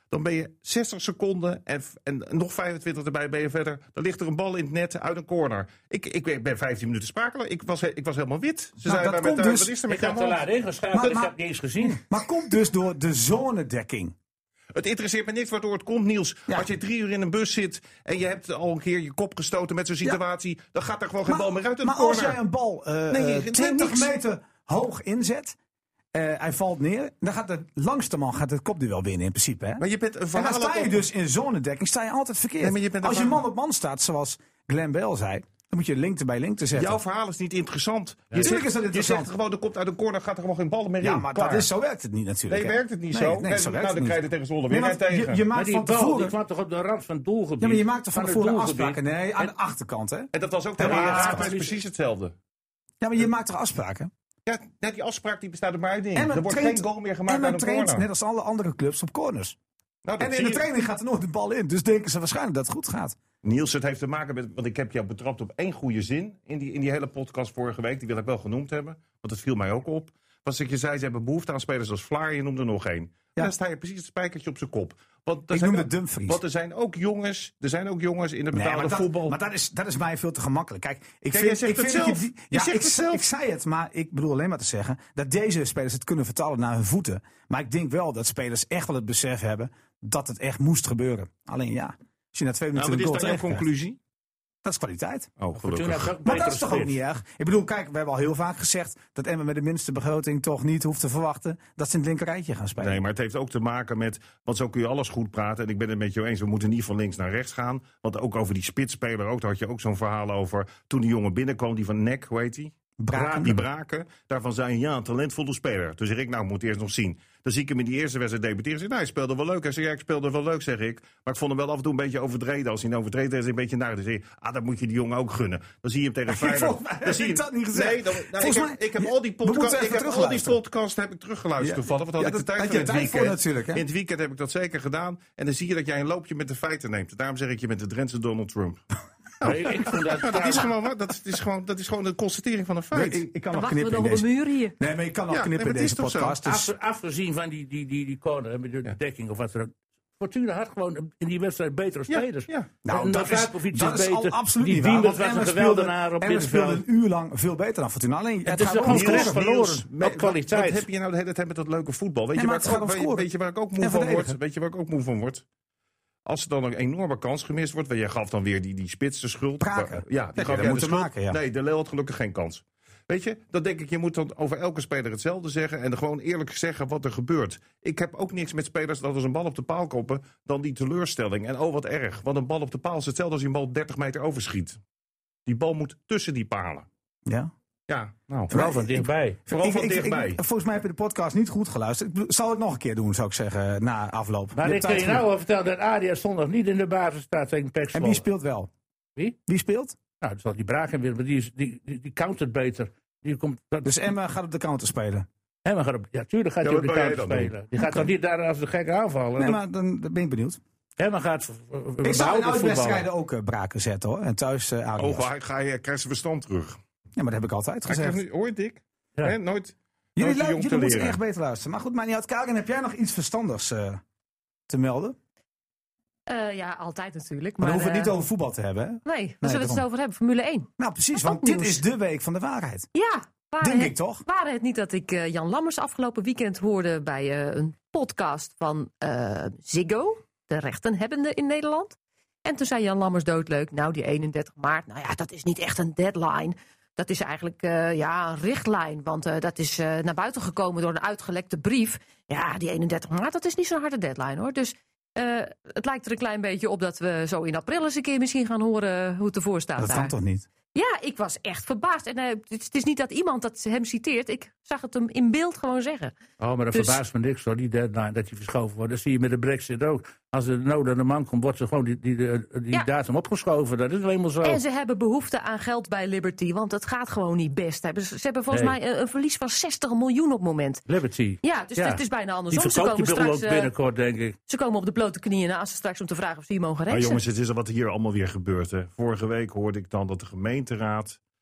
Dan ben je zestig seconden en, en nog vijfentwintig erbij ben je verder. Dan ligt er een bal in het net uit een corner. Ik, ik ben vijftien minuten sprakeloos. Ik was, ik was helemaal wit. Ze Nou, zeiden dat bij mij komt thuis, dus- wat is er met Ik heb jou te aan de laat ingeschakeld, Maar- ik maar- heb het niet eens gezien. Maar komt dus door de zonedekking. Het interesseert me niks waardoor het komt, Niels. Ja. Als je drie uur in een bus zit en je hebt al een keer je kop gestoten met zo'n situatie, dan gaat er gewoon geen bal meer uit in de maar corner. als jij een bal eh, Nee, eh, het twintig niks. meter hoog inzet, eh, hij valt neer, dan gaat de langste man gaat het kopduel winnen in principe. Hè? Maar je bent een En verhaal dan sta je op- dus in zonedekking, sta je altijd verkeerd. Nee, maar je bent als je een man verhaal- op man staat, zoals Glenn Bell zei, dan moet je linkte bij linkte zetten. Jouw verhaal is niet interessant. Je, Tuurlijk zegt, is dat je interessant. zegt gewoon, er komt uit een corner, gaat er gewoon geen bal meer ja, in. maar Klaar. dat is, zo werkt het niet natuurlijk. Nee, hè. werkt het niet Nee, zo? nee, En, zo werkt nou, het dan krijg je niet. tegen Zwolle Nee, weer want tegen. je, je Maar maakt die van bal, die tevoren, kwam toch op de rand van het doelgebied? ja, maar je maakt er van het tevoren doelgebied. afspraken. Nee, aan En- de achterkant, hè? En dat was ook Ja, tegen maar- Heracles precies hetzelfde. Ja, maar je maakt er afspraken. Ja, net die afspraak die bestaat er maar uit in. En Er wordt geen goal meer gemaakt en aan men een traint, corner. net als alle andere clubs, op corners. Nou, dat En in zie de je. training gaat er nooit de bal in. Dus denken ze waarschijnlijk dat het goed gaat. Niels, het heeft te maken met, want ik heb jou betrapt op één goede zin in die, in die hele podcast vorige week. Die wil ik wel genoemd hebben, want dat viel mij ook op. Was dat je zei, ze hebben behoefte aan spelers als Vlaar, je noemde er nog één. En dan sta je precies het spijkertje op zijn kop. Want er Ik zijn noemde ook- Dumfries. Want er zijn ook jongens, er zijn ook jongens in de Nee, betaalde maar dat, voetbal. maar dat is, dat is mij veel te gemakkelijk. Kijk, ik Ja, vind, jij zegt ik het vind dat zelf. je die- Je ja, zegt ik, het zelf. ik zei het, maar ik bedoel alleen maar te zeggen dat deze spelers het kunnen vertalen naar hun voeten. Maar ik denk wel dat spelers echt wel het besef hebben dat het echt moest gebeuren. Alleen ja, als je na twee nou, minuten wat een is goal dan jouw terecht krijgt, conclusie? dat is kwaliteit. Oh, Fortuna gelukkig. heeft ook Maar betere dat is toch ook spits. niet erg? Ik bedoel, kijk, we hebben al heel vaak gezegd dat Emmen met de minste begroting toch niet hoeft te verwachten dat ze in het linkerrijtje gaan spelen. Nee, maar het heeft ook te maken met, want zo kun je alles goed praten. En ik ben het met jou eens, we moeten niet van links naar rechts gaan. Want ook over die spitsspeler, ook, daar had je ook zo'n verhaal over. Toen die jongen binnenkwam, die van Nek, hoe heet die? Braken. Die Braken. Daarvan zei hij, ja, een talentvolle speler. Toen zeg ik, nou, ik moet eerst nog zien. Dan zie ik hem in die eerste wedstrijd debuteren. Zeg, nou, hij speelde wel leuk. Hij zei, ja, ik speelde wel leuk, zeg ik. Maar ik vond hem wel af en toe een beetje overdreven. Als hij nou overdreven is, een beetje naar. Dan zeg je, ah, dat moet je die jongen ook gunnen. Dan zie je hem tegen Feyenoord. Volgens mij Dan heb zie je ik hem- dat niet gezegd. Nee, dan, nou, Volgens ik, mij- heb, ik heb Ja, al die we moeten podcast, even ik heb al die terugluisteren. podcast heb ik teruggeluisterd Ja. toevallig. Want had Ja, ik de dat- tijd had van je het tijd voor weekend. natuurlijk, hè? In het weekend heb ik dat zeker gedaan. En dan zie je dat jij een loopje met de feiten neemt. Daarom zeg ik je met de Drentse Donald Trump. Maar ik, ik vind dat, Ja, dat is gewoon wat. Dat is gewoon, dat is gewoon een constatering van een feit. Ik, ik kan Dan nog wachten we knippen nog in op deze. een muur hier. Nee, maar je kan nog Ja, knippen nee, in maar het deze is toch zo? podcast. Dus, af, afgezien van die, die, die, die corner, met de Ja. dekking of wat er ook. Fortuna had gewoon in die wedstrijd betere Ja, spelers. ja. nou, En dat is, Novakovic dat is is al beter. absoluut Die niet waar. Wiemert want was een Emmen geweldenaar speelde- op Emmen speelde middenveld. een uur lang veel beter dan Fortuna. Alleen, het, is gaat er om gewoon scoren. terecht verloren. Met kwaliteit. Wat heb je nou de hele tijd met dat leuke voetbal? Weet, Nee, je, maar waar het ik gaat ook, om weet, scoren. weet je waar ik ook moe En van verdedigen. word? Weet je waar ik ook moe van word? Als er dan een enorme kans gemist wordt, want jij gaf dan weer die, die spits de schuld. Braken. Maar, Ja, die Ja, gaf dat jij de moeten schuld. maken, ja. Nee, de Leeuw had gelukkig geen kans. Weet je, dan denk ik, je moet dan over elke speler hetzelfde zeggen en gewoon eerlijk zeggen wat er gebeurt. Ik heb ook niks met spelers dat als een bal op de paal koppen, dan die teleurstelling. En oh, wat erg, want een bal op de paal is hetzelfde als je een bal dertig meter overschiet. Die bal moet tussen die palen. Ja. Ja, nou. Vooral van Ik- dichtbij. Vooral Ik- van ik- ik- dichtbij. volgens mij heb je de podcast niet goed geluisterd. Ik bedoel, zal het nog een keer doen, zou ik zeggen, na afloop. Maar Je ik hebt kan je tijd nou wel vertellen dat Adia zondag niet in de basis staat tegen Pek genoeg. En Zwolle. wie speelt wel? Wie? Wie speelt? Nou, dat zal die Braken weer, maar die, is, die, die, die countert beter. Die komt, dat, Dus Emma gaat op de counter spelen. en we gaan op, ja, tuurlijk gaat Ja, hij op de wat wil jij counter dan spelen. Die gaat dan niet daar als de gekke aanvallen. Nee, Dat- maar dan, dan ben ik benieuwd. Emma gaat uh, Ik zou in behouden voetballen. uitwedstrijden ook uh, braken zetten, hoor. En thuis uh, Ajax. Oh, ga, ga je, krijg je zijn verstand terug. Ja, maar dat heb ik altijd Hij krijgt gezegd. nu, hoor je, Dick? Ja. Hè, nooit, Jullie, nooit te lu- jong jullie te moeten leren. echt beter luisteren. Maar goed, maar niet uit. Karin, heb jij nog iets verstandigs uh, te melden? Eh, ja, altijd natuurlijk. Maar Maar, we hoeven het eh, niet over voetbal te hebben, hè? Nee, waar zullen we daarom. het over hebben? Formule één. Nou, precies, Wat want dit nieuws. is de week van de waarheid. Ja, waren Denk het, ik toch? Waren het niet dat ik eh, Jan Lammers afgelopen weekend hoorde bij eh, een podcast van eh, Ziggo, de rechtenhebbende in Nederland. En toen zei Jan Lammers doodleuk, nou die eenendertig maart, nou ja, dat is niet echt een deadline. Dat is eigenlijk uh, ja, een richtlijn, want uh, dat is uh, naar buiten gekomen door een uitgelekte brief. Ja, die eenendertig maart, dat is niet zo'n harde deadline hoor. Dus uh, het lijkt er een klein beetje op dat we zo in april eens een keer misschien gaan horen hoe het ervoor staat. Dat daar. kan toch niet? Ja, ik was echt verbaasd. En uh, het, het is niet dat iemand dat hem citeert. Ik zag het hem in beeld gewoon zeggen. Oh, maar dat Dus- verbaast me niks hoor, die deadline, dat die verschoven wordt. Dat zie je met de Brexit ook. Als er nood aan de man komt, wordt ze gewoon die, die, die, die Ja. datum opgeschoven. Dat is helemaal zo. En ze hebben behoefte aan geld bij Liberty, want het gaat gewoon niet best. Ze, ze hebben volgens Nee. mij een, een verlies van zestig miljoen op het moment. Liberty. Ja, dus Ja. Het, het is bijna Die andersom. Ze verkoopt die komen, bubbel ook straks, uh, binnenkort, denk ik. ze komen op de blote knieën naast ze straks om te vragen of ze hier mogen Maar racen. jongens, het is al wat hier allemaal weer gebeurt. Hè. Vorige week hoorde ik dan dat de gemeenteraad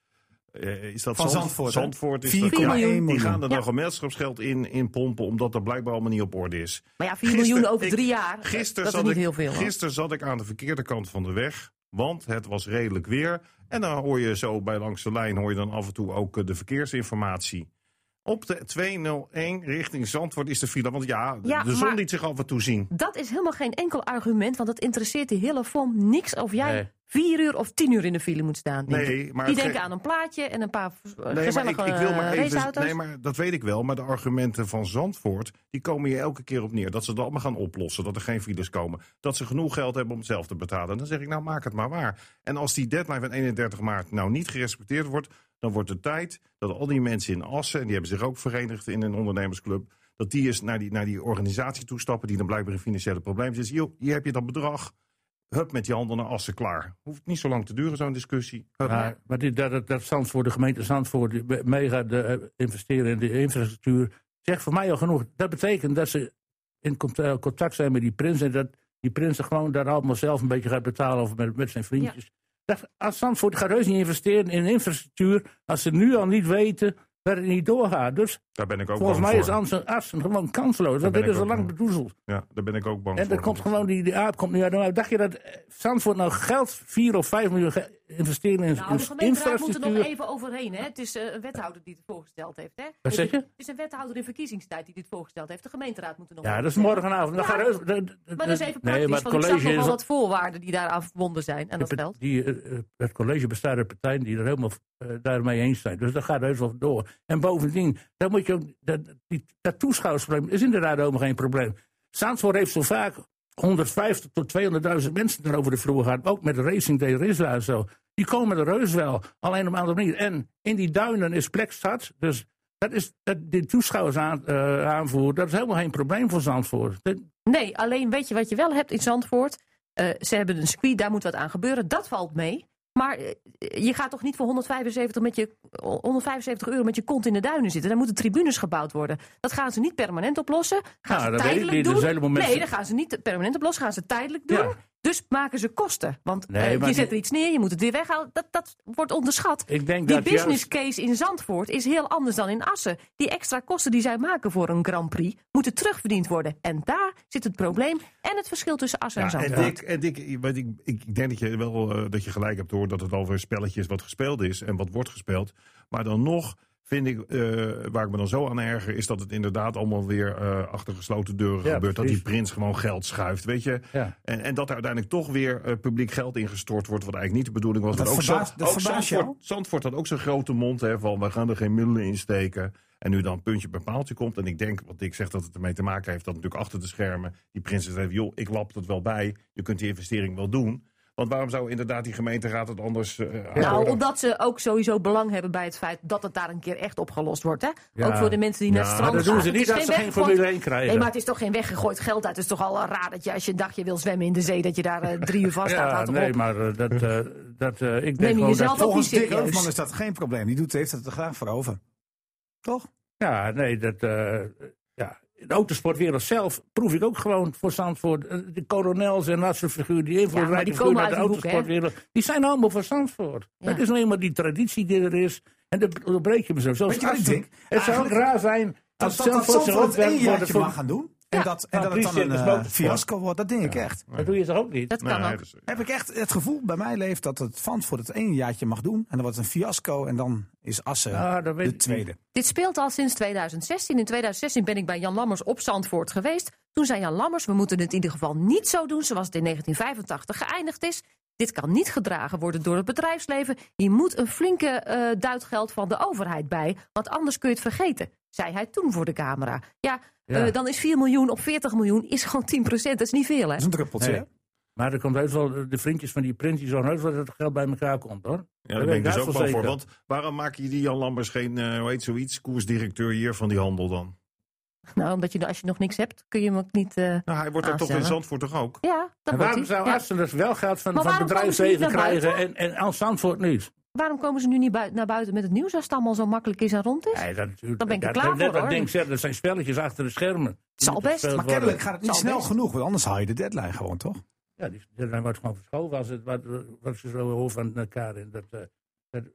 Uh, is dat Van Zand, Zandvoort. Zandvoort is vier dat, ja, miljoen. die gaan er Ja. dan gemeenschapsgeld in, in pompen, omdat dat blijkbaar allemaal niet op orde is. Maar ja, vier Gisteren- miljoen over ik- drie jaar, Gisteren dat is zat niet ik, heel veel. hoor. Gisteren zat ik aan de verkeerde kant van de weg, want het was redelijk weer. En dan hoor je zo bij langs de lijn hoor je dan af en toe ook uh, de verkeersinformatie. Op de tweehonderdéén richting Zandvoort is de file. Want ja, Ja, de zon maar- liet zich af en toe zien. Dat is helemaal geen enkel argument, want het interesseert de hele F O M niks of jij Nee. vier uur of tien uur in de file moet staan. denk Nee, ik. maar Die het denken ge- aan een plaatje en een paar uh, Nee, maar gezellige ik, ik wil maar uh, even. raceauto's. Nee, maar dat weet ik wel. Maar de argumenten van Zandvoort, die komen hier elke keer op neer. Dat ze dat allemaal gaan oplossen. Dat er geen files komen. Dat ze genoeg geld hebben om het zelf te betalen. En dan zeg ik, nou maak het maar waar. En als die deadline van eenendertig maart nou niet gerespecteerd wordt, dan wordt het tijd dat al die mensen in Assen, en die hebben zich ook verenigd in een ondernemersclub, dat die eens naar die, naar die organisatie toestappen die dan blijkbaar in financiële problemen zitten. Joh, hier heb je dat bedrag. Hup, met die handen naar Assen klaar. Hoeft niet zo lang te duren, zo'n discussie. Hup. Maar, maar dit, dat, dat Zandvoort, de gemeente Zandvoort die mee gaat uh, investeren in de infrastructuur, zegt voor mij al genoeg. Dat betekent dat ze in cont- contact zijn met die prins en dat die prins er gewoon daar allemaal zelf een beetje gaat betalen of met, met zijn vriendjes. Ja. Dat, als Zandvoort gaat heus niet investeren in infrastructuur als ze nu al niet weten dat het niet doorgaat. Dus Daar ben ik ook volgens bang mij voor. is Assen, Assen gewoon kansloos. Want ben dit ik is al ook lang bang. bedoezeld. Ja, daar ben ik ook bang En voor. er komt gewoon, die, die aap komt nu uit. Nou, dacht je dat eh, Zandvoort nou geld, vier of vijf miljoen ge- investeren in, Nou, in de gemeenteraad moet er nog infrastructuur? even overheen. Hè? Het is uh, een wethouder die het voorgesteld heeft. Hè? Wat zeg je? Het is een wethouder in verkiezingstijd die dit voorgesteld heeft. De gemeenteraad moet er nog Ja, over dat is stemmen. morgenavond. Dan Ja. gaat er- de- de- Maar dat is even praktisch, nee, maar het want ik zag college nogal is... wat voorwaarden die daaraan verbonden zijn. En dat Het, geld. die, uh, het college bestaat uit partijen die er helemaal uh, daarmee eens zijn. Dus dat gaat heus wel door. En bovendien, dan moet je ook, dat, die, dat toeschouwersprobleem is inderdaad helemaal geen probleem. Zandvoort heeft zo vaak honderdvijftig tot tweehonderdduizend mensen er over de vloer gehad. Ook met de Racing Day Rizla en zo. Die komen er heus wel. Alleen op een andere manier. En in die duinen is plek zat. Dus dat is, dat, die toeschouwers aan, uh, aanvoer, dat is helemaal geen probleem voor Zandvoort. Dat, Nee, alleen weet je wat je wel hebt in Zandvoort? Uh, ze hebben een circuit, daar moet wat aan gebeuren. Dat valt mee. Maar uh, je gaat toch niet voor honderdvijfenzeventig, met je, honderdvijfenzeventig euro met je kont in de duinen zitten. Daar moeten tribunes gebouwd worden. Dat gaan ze niet permanent oplossen. Gaan Nou, ze dat weet ik tijdelijk niet. doen. Er zijn helemaal mensen- Nee, dat gaan ze niet permanent oplossen. Gaan ze tijdelijk doen. Ja. Dus maken ze kosten. Want Nee, uh, maar je zet die- er iets neer, je moet het weer weghalen. Dat, dat wordt onderschat. ik denk Die dat business juist- case in Zandvoort is heel anders dan in Assen. Die extra kosten die zij maken voor een Grand Prix moeten terugverdiend worden. En daar zit het probleem en het verschil tussen Assen en Ja, en Zandvoort. Dick, en Dick, ik, weet, ik, ik denk dat je wel uh, dat je gelijk hebt hoor, dat het over een spelletje is wat gespeeld is en wat wordt gespeeld. Maar dan nog vind ik, uh, waar ik me dan zo aan erger, is dat het inderdaad allemaal weer uh, achter gesloten deuren Ja, gebeurt. Dat precies. die prins gewoon geld schuift, weet je. Ja. En, en dat er uiteindelijk toch weer uh, publiek geld ingestort wordt, wat eigenlijk niet de bedoeling was. Dat Want ook verbaast- Zand- dat ook verbaast jou? Zandvoort, Zandvoort had ook zo'n grote mond hè, van we gaan er geen middelen in steken. En nu dan puntje bij paaltje komt. En ik denk, wat ik zeg dat het ermee te maken heeft, dat natuurlijk achter de schermen die prinses heeft, joh, ik lap het wel bij. Je kunt die investering wel doen. Want waarom zou inderdaad die gemeenteraad het anders... Uh, Nou, aanhouden? omdat ze ook sowieso belang hebben bij het feit dat het daar een keer echt opgelost wordt. Hè? Ja. Ook voor de mensen die naar het Ja, strand dat gaan. doen ze Het niet is als ze geen weggegooid- Formule één krijgen. Nee, maar het is toch geen weggegooid geld uit. Het is toch al raar dat je als je een dagje wil zwemmen in de zee, dat je daar uh, drie uur vast staat. Ja, Houd toch nee, op. maar uh, dat, uh, dat, uh, ik denk je gewoon jezelf dat... ook Volgens niet Dick serieus. Heuvelman is dat geen probleem. Die doet, heeft het er graag voor over. Toch? Ja, nee, dat... Uh, ja. In de autosportwereld zelf proef ik ook gewoon voor Zandvoort. Uh, de kolonels en dat soort figuren, die maar invloedrijke die figuren komen uit de uit die hoek, hè? autosportwereld, die zijn allemaal voor Zandvoort. Ja. Dat is alleen maar die traditie die er is. En dat breek je me zo. Zoals Weet je wat ik Assen. denk? Het zou ook Eigenlijk- raar zijn als Dat dat, dat Zandvoort zich Zandvoort het één opwerkt voor de... jaartje voor- mag gaan doen. En Ja. dat, en Nou, dat het dan een Christian is uh, motorsport. fiasco wordt. Dat denk ik echt. Dat doe je toch ook niet? Dat kan Nee, ook. dus- Heb ik echt het gevoel bij mij leeft dat het Zandvoort het één jaartje mag doen. En dan wordt het een fiasco. En dan is Assen Ah, dat weet de ik tweede. Dit speelt al sinds tweeduizend zestien. In tweeduizend zestien ben ik bij Jan Lammers op Zandvoort geweest. Toen zei Jan Lammers, we moeten het in ieder geval niet zo doen zoals het in negentien vijfentachtig geëindigd is. Dit kan niet gedragen worden door het bedrijfsleven. Hier moet een flinke uh, duitgeld van de overheid bij. Want anders kun je het vergeten, zei hij toen voor de camera. Ja, Ja. Uh, dan is vier miljoen op veertig miljoen is gewoon tien procent. Dat is niet veel, hè? Dat is een druppeltje. Nee. hè? Maar er komt heus wel, de vriendjes van die prins, die zorgen heus wel dat het geld bij elkaar komt, hoor. Ja, daar ben ik dus ook wel voor. Want waarom maak je die Jan Lambers geen, uh, hoe heet zoiets, koersdirecteur hier van die handel dan? Nou, omdat je als je nog niks hebt, kun je hem ook niet. Uh, nou, hij wordt er toch in Zandvoort toch ook? Ja, dat En wordt waarom hij. zou Ja. Assen dus wel geld van, Maar van waarom komen ze niet bedrijfsleven naar krijgen en, en als Zandvoort niet? Waarom komen ze nu niet bui- naar buiten met het nieuws als het allemaal zo makkelijk is en rond is? Nee, dat, Dan ben ik er dat, klaar dat, voor, dat hoor. denk ik zelf, dat zijn spelletjes achter de schermen. Die Zal moeten best, gespeeld Maar worden. kennelijk gaat het niet Zal snel best. genoeg. Want anders haal je de deadline gewoon, toch? Ja, die deadline wordt gewoon verschoven als het wat, wat ze zo horen van elkaar. En dat, uh, dat,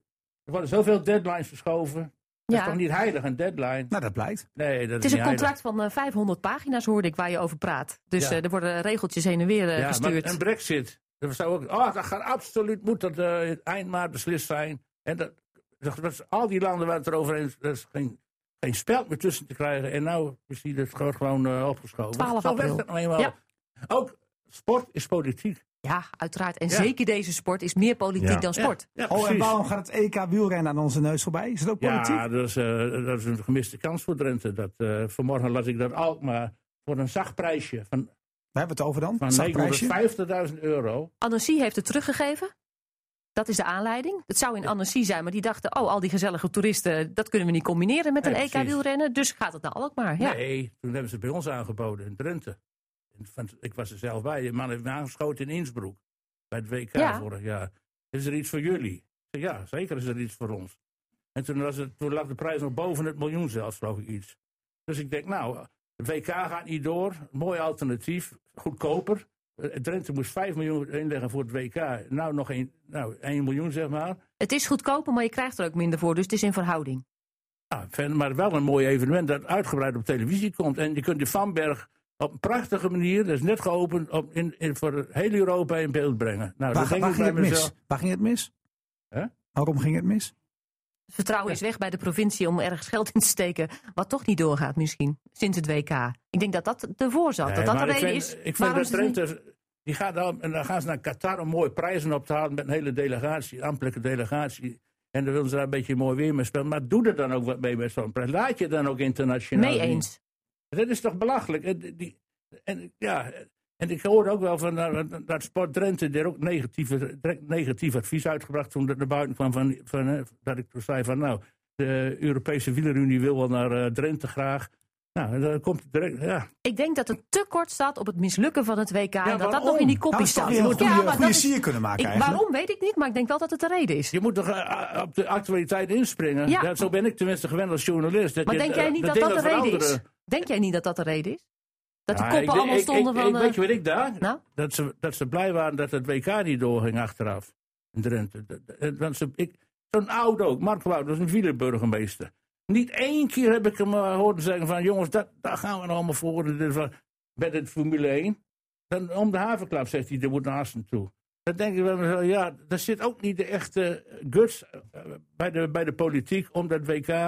Er worden zoveel deadlines verschoven. Dat Ja. is toch niet heilig, een deadline? Nou, dat blijkt. Nee, dat Het is niet een contract heilig. van uh, vijfhonderd pagina's, hoorde ik, waar je over praat. Dus Ja. uh, er worden regeltjes heen en weer uh, Ja, gestuurd. maar een brexit. Dat zou ook, oh, dat gaat absoluut, moet dat uh, eind maart beslist zijn. En dat, dat, dat is al die landen waar het erover is, er is geen, geen speld meer tussen te krijgen. En nou is die het gewoon, gewoon uh, opgeschoven. twaalf Zo werkt april. het nou eenmaal. Ja. Ook sport is politiek. Ja, uiteraard. En Ja. zeker deze sport is meer politiek Ja. dan sport. Ja, ja, Oh, en precies. waarom gaat het E K wielrennen aan onze neus voorbij? Is het ook politiek? Ja, dat is, uh, dat is een gemiste kans voor Drenthe. Dat, uh, vanmorgen las ik dat Alkmaar voor een zacht prijsje van, Waar hebben we het over dan? van Zacht prijsje? negenhonderdvijftigduizend euro. Annecy heeft het teruggegeven. Dat is de aanleiding. Het zou in Annecy zijn, maar die dachten... oh, al die gezellige toeristen, dat kunnen we niet combineren met Nee, een E K precies. wielrennen. Dus gaat het naar Alkmaar. Ja. Nee, toen hebben ze het bij ons aangeboden in Drenthe. En van- Ik was er zelf bij. De man heeft me aangeschoten in Innsbruck. Bij het W K Ja. vorig jaar. Is er iets voor jullie? Ik zei, ja, zeker is er iets voor ons. En toen, was het, toen lag de prijs nog boven het miljoen zelfs, geloof ik iets. Dus ik denk, nou, het W K gaat niet door. Mooi alternatief. Goedkoper. Eh, Drenthe moest vijf miljoen inleggen voor het W K. Nou, nog een, nou, één miljoen, zeg maar. Het is goedkoper, maar je krijgt er ook minder voor. Dus het is in verhouding. Nou, verder, maar wel een mooi evenement dat uitgebreid op televisie komt. En je kunt de Vanberg op een prachtige manier, dat is net geopend, op, in, in, voor heel Europa in beeld brengen. Nou, Waar, dat denk waar ik ging bij het mis? mezelf. Waar ging het mis? Hè? Waarom ging het mis? Het vertrouwen is weg bij de provincie om ergens geld in te steken. Wat toch niet doorgaat misschien, sinds het W K. Ik denk dat dat ervoor zat. Nee, dat dat maar de ik reden vind, is. ik vind waarom dat ze het niet- Drenthe, die gaat dan, en dan gaan ze naar Qatar om mooie prijzen op te halen met een hele delegatie, ambtelijke delegatie. En dan willen ze daar een beetje mooi weer mee spelen. Maar doe er dan ook wat mee met zo'n prijs. Laat je dan ook internationaal Mee zien. eens. Dat is toch belachelijk? En, die, en, ja, en ik hoorde ook wel van uh, dat Sport Drenthe er ook negatieve, direct negatief advies uitgebracht toen dat naar buiten kwam van, van, uh, dat ik toen zei van nou, de Europese wielerunie wil wel naar uh, Drenthe graag. Nou, dan komt het direct, ja. Ik denk dat het te kort staat op het mislukken van het W K. en dat dat waarom? nog in die Nou, kopie is toch staat. weer een goede, maar goede dat is- sier kunnen maken ik, eigenlijk. waarom weet ik niet, maar ik denk wel dat het de reden is. Je moet toch uh, op de actualiteit inspringen? Ja. Ja, zo ben ik tenminste gewend als journalist. Dat Maar je, denk uh, jij niet de dat dat de dingen reden is? veranderen. Denk jij niet dat dat de reden is? Dat die Ja, koppen ik- allemaal ik- stonden ik, van... Ik, eh, weet je wat ik daar? nou? Dat, ze, dat ze blij waren dat het W K niet doorging achteraf. In Drenthe. Dat- dat- dat ze- ik- Zo'n oud ook, Mark Wout, dat is een wielerburgemeester. Niet één keer heb ik hem uh, horen zeggen van... jongens, dat, daar gaan we nou allemaal voor. Dit van, met het Formule één. Dan, om de havenklap zegt hij, er moet naar Assen toe. Dan denk ik bij mezelf, ja, daar zit ook niet de echte guts uh, bij, de, bij de politiek... om dat W K uh,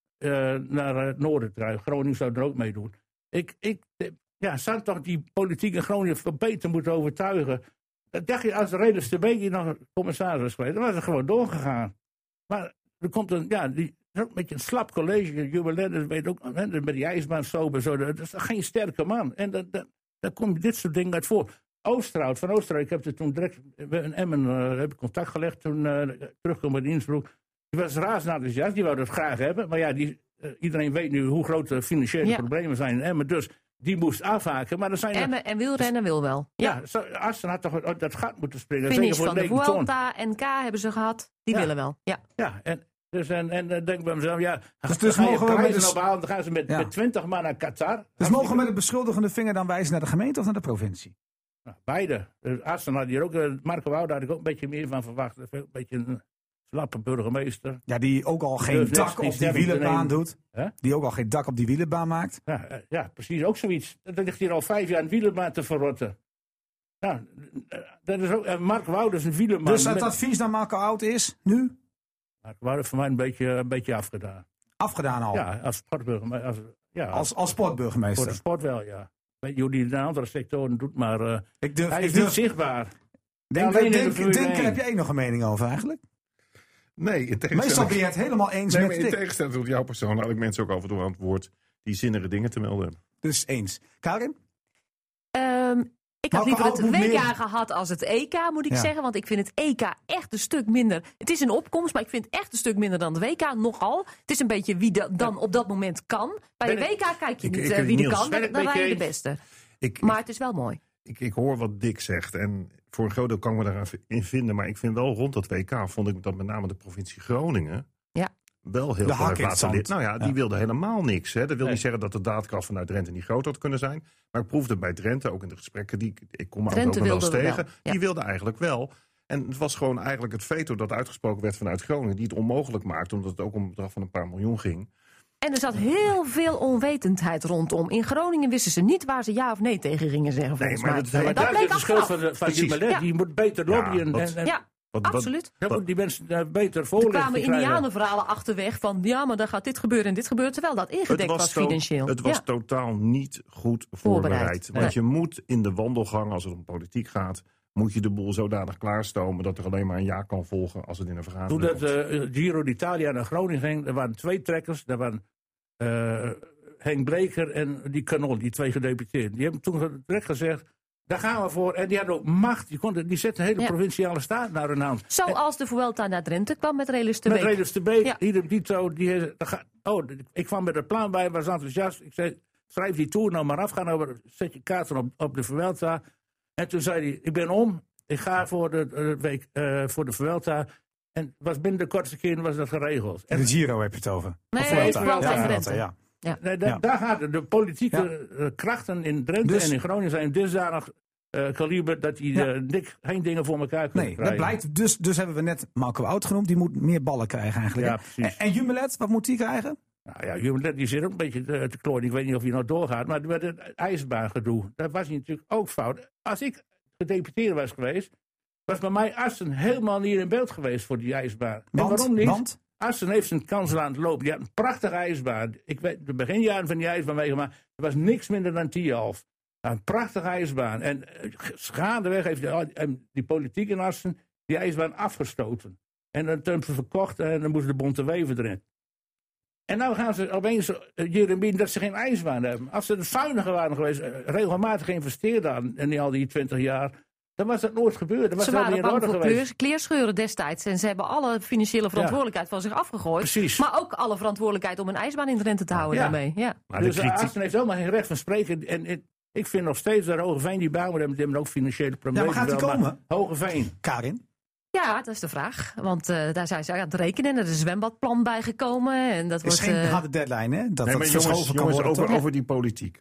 naar het noorden te krijgen. Groningen zou er ook mee doen. Ik, ik, ja, zou toch die politiek in Groningen veel beter moeten overtuigen. Dat dacht je, als de Reders de Beek hier nog commissaris was geweest, dan was het gewoon doorgegaan. Maar er komt een, ja, die, dat is ook een beetje een slap college. Jubilentus weet ook, hè, met die ijsbaan zo, zo, dat is geen sterke man. En dat, dat, daar komt dit soort dingen uit voor. Oosterhout, van Oosterhout, ik heb er toen direct in Emmen uh, heb ik contact gelegd toen uh, terugkwam in Innsbruck. Die was razend enthousiast, die wou dat graag hebben. Maar ja, die, uh, iedereen weet nu hoe groot de financiële Ja. problemen zijn in Emmen. Dus die moest afhaken. Maar er zijn er- Emmen en wielrennen wil wel. Ja. ja, zo, Assen had toch uit dat gat moeten springen. Finish zeker voor van de negen ton. Vuelta, N K hebben ze gehad. Die Ja. willen wel. Ja. Ja, en, dus, en, en dan denk ik bij mezelf, ja, Dus- dus dan ga je mogen we met prijzen de s- ophalen, dan gaan ze met, Ja. met twintig man naar Qatar. Dus mogen we met de beschuldigende vinger dan wijzen naar de gemeente of naar de provincie? Nou, beide. Dus Assen had hier ook, uh, Marco Wouda had ik ook een beetje meer van verwacht. Een beetje een slappe burgemeester. Ja, die ook al geen durft dak net op die die stelling te wielerbaan nemen. doet. Hè? Die ook al geen dak op die wielerbaan maakt. Ja, uh, ja, precies, ook zoiets. Dat ligt hier al vijf jaar een wielerbaan te verrotten. Nou, uh, dat is ook, uh, Mark Wouda is een wielerman. Dus het met- advies naar Marco Oud is nu Mark Wouda heeft voor mij een beetje, een beetje afgedaan. afgedaan al. Ja, als sportburgemeester. Als, ja, Als, als voor de sportburgemeester. sport wel, ja. Weet je hoe die in de andere sectoren doet, maar uh, Ik durf, hij ik is niet durf, zichtbaar. denk, alleen in de denk, Formule denk, één. heb jij nog een mening over eigenlijk? Nee, in tegenstelling, Meestal ben je het helemaal eens nee, met maar in Dick. tegenstelling tot jouw persoon had ik mensen ook af en toe aan het woord die zinnige dingen te melden hebben. Dus eens. Karin? Ehm, ik had Marco liever Oud het moet W K meer- gehad als het E K, moet ik Ja. zeggen. Want ik vind het E K echt een stuk minder. Het is een opkomst, maar ik vind het echt een stuk minder dan het W K. Nogal. Het is een beetje wie da- dan op dat moment kan. Bij Ben de W ik- K kijk je ik- niet ik- eh, wie er Niels, kan. ben Dan, ik dan met rij je je de eens. beste. Ik, Maar het is wel mooi. ik, ik hoor wat Dick zegt en voor een groot deel kan ik me daarin vinden. Maar ik vind wel rond dat W K vond ik dat met name de provincie Groningen Ja. wel heel De veel hak heeft in het laten zand. leren. Nou ja, die Ja. wilde helemaal niks. Hè. Dat wil Nee. niet zeggen dat de daadkracht vanuit Drenthe niet groter had kunnen zijn. Maar ik proefde bij Drenthe, ook in de gesprekken die ik, ik kom me Drenthe ook nog wel eens wilde tegen. wel, ja. Die wilde eigenlijk wel. En het was gewoon eigenlijk het veto dat uitgesproken werd vanuit Groningen... die het onmogelijk maakte, omdat het ook om een bedrag van een paar miljoen ging. En er zat heel veel onwetendheid rondom. In Groningen wisten ze niet waar ze ja of nee tegen gingen zeggen, volgens maar mij. dat- maar En Maar daar bleek is de schuld achteraf. van, de- van Precies. Jumelet. Ja. Die moet beter lobbyen. wat- en, en, Ja, Wat- wat- absoluut. dan moeten die mensen daar beter Er voorlichting kwamen krijgen. indianenverhalen achterweg van... ja, maar dan gaat dit gebeuren en dit gebeuren... terwijl dat ingedekt was, to- financieel. het was Ja. totaal niet goed voorbereid. Voorbereid. Want je moet in de wandelgang, als het om politiek gaat... moet je de boel zodanig klaarstomen dat er alleen maar een ja kan volgen als het in een Toen vergadering dat komt. uh, Giro d'Italia naar Groningen ging, er waren twee trekkers. Daar waren uh, Henk Bleker en die Kanon, die twee gedeputeerden. Die hebben toen direct gezegd, daar gaan we voor. En die hadden ook macht. Die, konden, die zetten de hele Ja. provinciale staat naar hun hand. Zoals de Vuelta naar Drenthe kwam met Relus de Met Beek. Reders de Beek, Ja. idem dito. Die, daar ga- oh, ik kwam met het plan bij, was enthousiast. Ik zei, schrijf die tour nou maar af. Ga nou, zet je kaarten op, op de Vuelta. En toen zei hij, ik ben om. Ik ga voor de, uh, week, uh, voor de Vuelta. En was binnen de kortste keer was dat geregeld. En, De Giro heb je het over. Nee, Of nee, Vuelta. Vuelta Ja, en Vuelta, Drenthe. ja. nee, da- Ja. Daar gaat de, de politieke uh, krachten in Drenthe Dus- en in Groningen zijn dusdanig uh, kaliber dat die Ja. uh, dik, geen dingen voor elkaar kunnen Nee, dat krijgen. blijkt. Dus, dus hebben we net Malco Oud genoemd. Die moet meer ballen krijgen eigenlijk. Ja, hè? precies. En, en Jumelet, wat moet die krijgen? Nou ja, Jumelet die zit ook een beetje te, te klooien. Ik weet niet of hij nog doorgaat. Maar met het ijsbaangedoe, dat was hij natuurlijk ook fout. Als ik gedeputeerde was geweest, was bij mij Assen helemaal niet in beeld geweest voor die ijsbaan. En Want, waarom niet? Want? Assen heeft zijn kans aan het lopen. Die had een prachtige ijsbaan. Ik weet de beginjaren van die ijsbaan meegemaakt. Er was niks minder dan Tialf. Een prachtige ijsbaan. En uh, gaandeweg heeft die, uh, die politiek in Assen die ijsbaan afgestoten. En dan hebben ze verkocht en dan moest de Bonte Wever erin. En nou gaan ze opeens uh, Jeremien dat ze geen ijsbaan hebben. Als ze de zuiniger waren geweest, uh, regelmatig geïnvesteerd hadden in die, al die twintig jaar, dan was dat nooit gebeurd. Dan was Ze dat waren niet in bang orde voor geweest. kleur, kleerscheuren destijds. En ze hebben alle financiële verantwoordelijkheid van zich afgegooid. Precies. Maar ook alle verantwoordelijkheid om een ijsbaan in Drenthe te houden Ja. daarmee. Ja. Maar de Dus kritiek, Assen heeft helemaal geen recht van spreken. En, en ik vind nog steeds dat Hogeveen die bouwen, die hebben ook financiële problemen. Ja, maar gaat die wel, maar komen? Hogeveen. Karin? ja, dat is de vraag. Want uh, daar zijn ze aan het rekenen. En er is een zwembadplan bijgekomen. En dat Er is wordt, geen uh, harde deadline, hè? Dat nee, dat maar verschoven jongens, kan jongens worden, over, toch? over die politiek.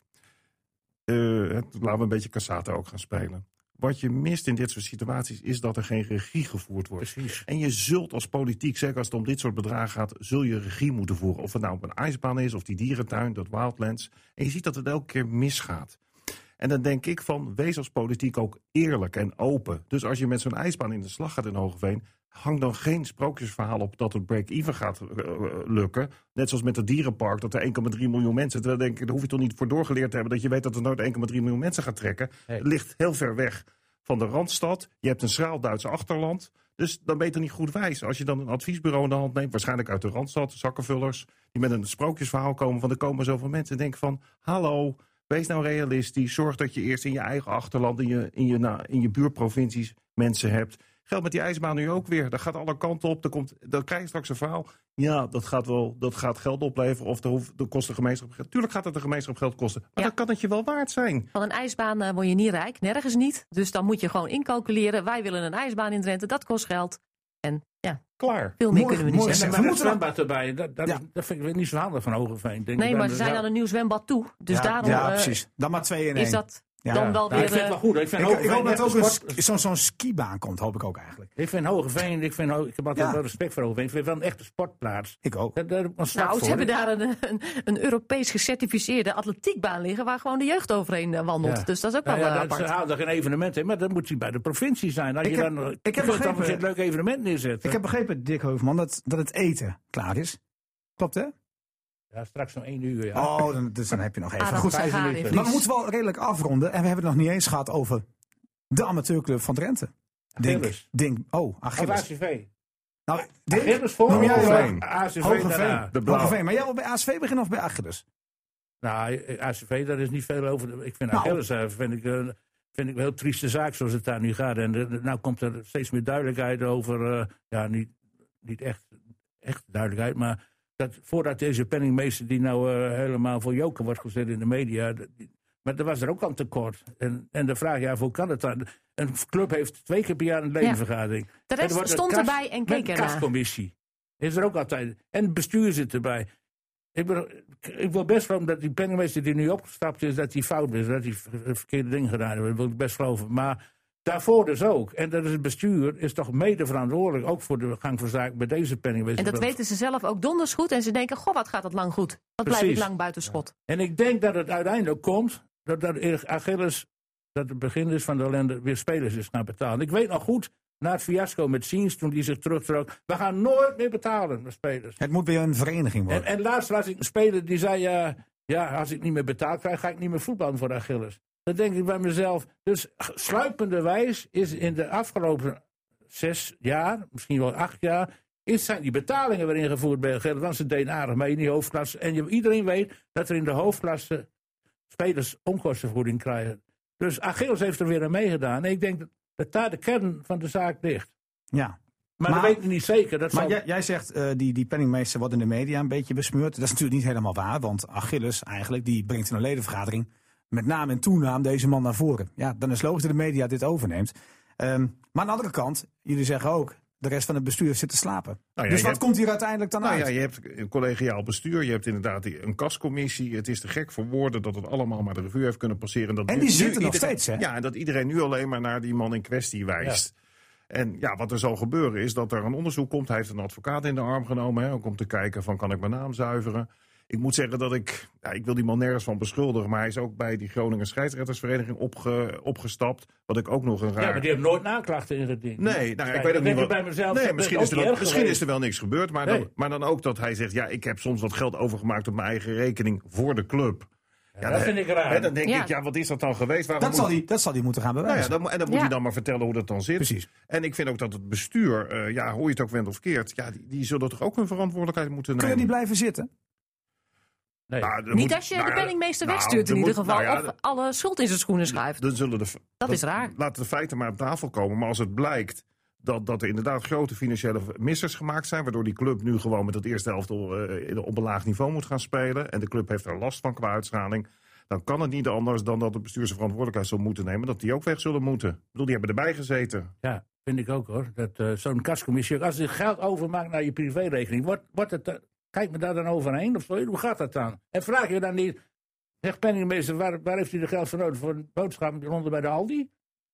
Uh, het, laten we een beetje cassata ook gaan spelen. Wat je mist in dit soort situaties is dat er geen regie gevoerd wordt. Precies. En je zult als politiek, zeker als het om dit soort bedragen gaat, zul je regie moeten voeren. Of het nou op een ijsbaan is, of die dierentuin, dat Wildlands. En je ziet dat het elke keer misgaat. En dan denk ik van, wees als politiek ook eerlijk en open. Dus als je met zo'n ijsbaan in de slag gaat in Hogeveen, hang dan geen sprookjesverhaal op dat het break-even gaat uh, lukken. Net zoals met het dierenpark, dat er één komma drie miljoen mensen... Terwijl denk ik, daar hoef je toch niet voor doorgeleerd te hebben dat je weet dat er nooit één komma drie miljoen mensen gaat trekken. Nee. Het ligt heel ver weg van de Randstad. Je hebt een schraal Duitse achterland. Dus dan ben je toch niet goed wijs. Als je dan een adviesbureau in de hand neemt, waarschijnlijk uit de Randstad, zakkenvullers, die met een sprookjesverhaal komen van er komen zoveel mensen. En denk van, hallo, wees nou realistisch. Zorg dat je eerst in je eigen achterland, in je, in je, nou, in je buurprovincies mensen hebt. Geldt met die ijsbaan nu ook weer. Dat gaat alle kanten op. Dan, komt, dan krijg je straks een verhaal. Ja, dat gaat wel dat gaat geld opleveren. Of dat de kost de gemeenschap geld. Tuurlijk gaat het de gemeenschap geld kosten. Maar Ja. dan kan het je wel waard zijn. Van een ijsbaan uh, word je niet rijk, nergens niet. Dus dan moet je gewoon incalculeren. Wij willen een ijsbaan in Drenthe, dat kost geld. En ja, Klaar. veel meer Mooi- kunnen we mooi niet zeg. zeggen. En we met het moeten zwembad erbij, dat, dat, Ja. dat vind ik niet zo handig van Hogeveen. Denk Nee, ik maar dan, ze zijn ja. aan een nieuw zwembad toe. Dus ja, daarom ja, uh, precies. Dan maar twee in één. is dat Ja. dan wel Nou, weer... ik vind het uh, wel goed. Ik vind Ik, ik Hogeveen hoop dat echt ook een een sport- sk- zo'n zo'n skibaan komt, hoop ik ook eigenlijk. Ik vind Hogeveen, ik, vind, Ho- ik heb altijd Ja. wel respect voor Hogeveen. Ik vind het wel een echte sportplaats. Ik ook. Daar, daar heb ik een slag Nou, ze voor. hebben daar een, een, een Europees gecertificeerde atletiekbaan liggen... waar gewoon de jeugd overheen uh, wandelt. Ja. Dus dat is ook Nou wel ja, uh, dat, ze apart. houden geen evenement in, maar dat moet hij bij de provincie zijn. Als Ik je heb- dan, ik je heb kunt dan begrepen- een leuk evenement neerzetten. Ik heb begrepen, Dick Heuvelman, dat, dat het eten klaar is. Klopt, hè? Ja, straks om één uur. Ja. Oh, dan, dus dan heb je nog even. Adam Goed, vijf Sagari, minuten. Vries. maar we moeten wel redelijk afronden. En we hebben het nog niet eens gehad over de amateurclub van Drenthe. Dink, Achilles. Dink, oh, Of Achilles. A C V. Nou, Dink, Achilles voor noem jij Hogeveen. wel A C V Hogeveen. daarna. De blauw. Hogeveen. Maar jij wil bij A C V beginnen of bij Achilles? Nou, A C V, daar is niet veel over. Ik vind Nou. Achilles uh, vind ik, uh, vind ik een heel trieste zaak zoals het daar nu gaat. En uh, nou komt er steeds meer duidelijkheid over. Uh, ja, niet, niet echt, echt duidelijkheid, maar dat voordat deze penningmeester die nou uh, helemaal voor joker wordt gezet in de media. Die, maar er was er ook al een tekort. En, en de vraag, ja, hoe kan het dan? Een club heeft twee keer per jaar een ledenvergadering. De En er rest wordt een stond kas- erbij en Met keek een ernaar. kascommissie. Is er ook altijd. En het bestuur zit erbij. Ik, ben, ik wil best geloven dat die penningmeester die nu opgestapt is, dat hij fout is. Dat hij ver- verkeerde dingen gedaan heeft. Dat wil ik best geloven. Maar Daarvoor dus ook. En dat is het bestuur is toch mede verantwoordelijk, ook voor de gang van zaken bij deze penningmeester. En dat weten ze zelf ook donders goed. En ze denken, goh, wat gaat het lang goed. Wat blijf ik lang buiten schot. Ja. En ik denk dat het uiteindelijk komt, dat, dat Achilles, dat het begin is van de ellende, weer spelers is gaan betalen. Ik weet nog goed, na het fiasco met Siens, toen die zich terugtrok, we gaan nooit meer betalen met spelers. Het moet weer een vereniging worden. En, en laatst was ik een speler die zei, ja, ja, als ik niet meer betaald krijg, ga ik niet meer voetballen voor Achilles. Dan denk ik bij mezelf, dus sluipenderwijs is in de afgelopen zes jaar, misschien wel acht jaar, is zijn die betalingen weer ingevoerd bij Achilles. Want ze deden aardig mee in die hoofdklasse. En je, iedereen weet dat er in de hoofdklasse spelers onkostenvergoeding krijgen. Dus Achilles heeft er weer aan meegedaan. En ik denk dat, dat daar de kern van de zaak ligt. Ja. Maar, maar dat weet ik niet zeker. Dat maar zal... jij, jij zegt, uh, die, die penningmeester wordt in de media een beetje besmeurd. Dat is natuurlijk niet helemaal waar, want Achilles eigenlijk, die brengt in een ledenvergadering met naam en toenaam deze man naar voren. Ja, dan is logisch dat de media dit overneemt. Um, maar aan de andere kant, jullie zeggen ook, de rest van het bestuur zit te slapen. Nou ja, dus wat hebt, komt hier uiteindelijk dan nou uit? Ja, je hebt een collegiaal bestuur, je hebt inderdaad een kascommissie. Het is te gek voor woorden dat het allemaal maar de revue heeft kunnen passeren. Dat en nu, die zitten nu nog iedereen, steeds, hè? Ja, en dat iedereen nu alleen maar naar die man in kwestie wijst. Ja. En ja, wat er zal gebeuren is dat er een onderzoek komt. Hij heeft een advocaat in de arm genomen, hè, ook om te kijken van, kan ik mijn naam zuiveren? Ik moet zeggen dat ik, ja, ik wil die man nergens van beschuldigen, maar hij is ook bij die Groningen scheidsrechtersvereniging opge, opgestapt. Wat ik ook nog een raar... Ja, maar die hebben nooit naklachten ingediend. Nee, nou, ik weet ook niet wat... bij mezelf, nee, misschien, is er, wel, misschien is er wel niks gebeurd, maar, nee. dan, maar dan ook dat hij zegt, ja, ik heb soms wat geld overgemaakt op mijn eigen rekening voor de club. Ja, ja, dat vind ik raar. Hè, dan denk ja. ik, ja, wat is dat dan geweest? Waarom dat, moet... zal die, dat zal hij moeten gaan bewijzen. Nou ja, dan, en dan moet ja. hij dan maar vertellen hoe dat dan zit. Precies. En ik vind ook dat het bestuur, uh, ja, hoe je het ook wendt of keert, ja, die, die zullen toch ook hun verantwoordelijkheid moeten nemen. Kunnen die blijven zitten? Nee. Nou, niet moet, als je nou, de penningmeester nou, wegstuurt in moet, ieder geval. Nou ja, of alle schuld in zijn schoenen schuift. Dan zullen de, dat, dat is raar. Laten de feiten maar op tafel komen. Maar als het blijkt dat, dat er inderdaad grote financiële missers gemaakt zijn, waardoor die club nu gewoon met het eerste elftal uh, op een laag niveau moet gaan spelen, en de club heeft er last van qua uitschaling, dan kan het niet anders dan dat het bestuur zijn verantwoordelijkheid zal moeten nemen, dat die ook weg zullen moeten. Ik bedoel, die hebben erbij gezeten. Ja, vind ik ook hoor. Dat uh, zo'n kascommissie, als je geld overmaakt naar je privérekening, wordt, wordt het, uh, kijk me daar dan overheen of zo? Hoe gaat dat dan? En vraag je dan niet, zeg penningmeester, waar, waar heeft u de geld voor nodig? Voor een boodschap rond bij de Aldi?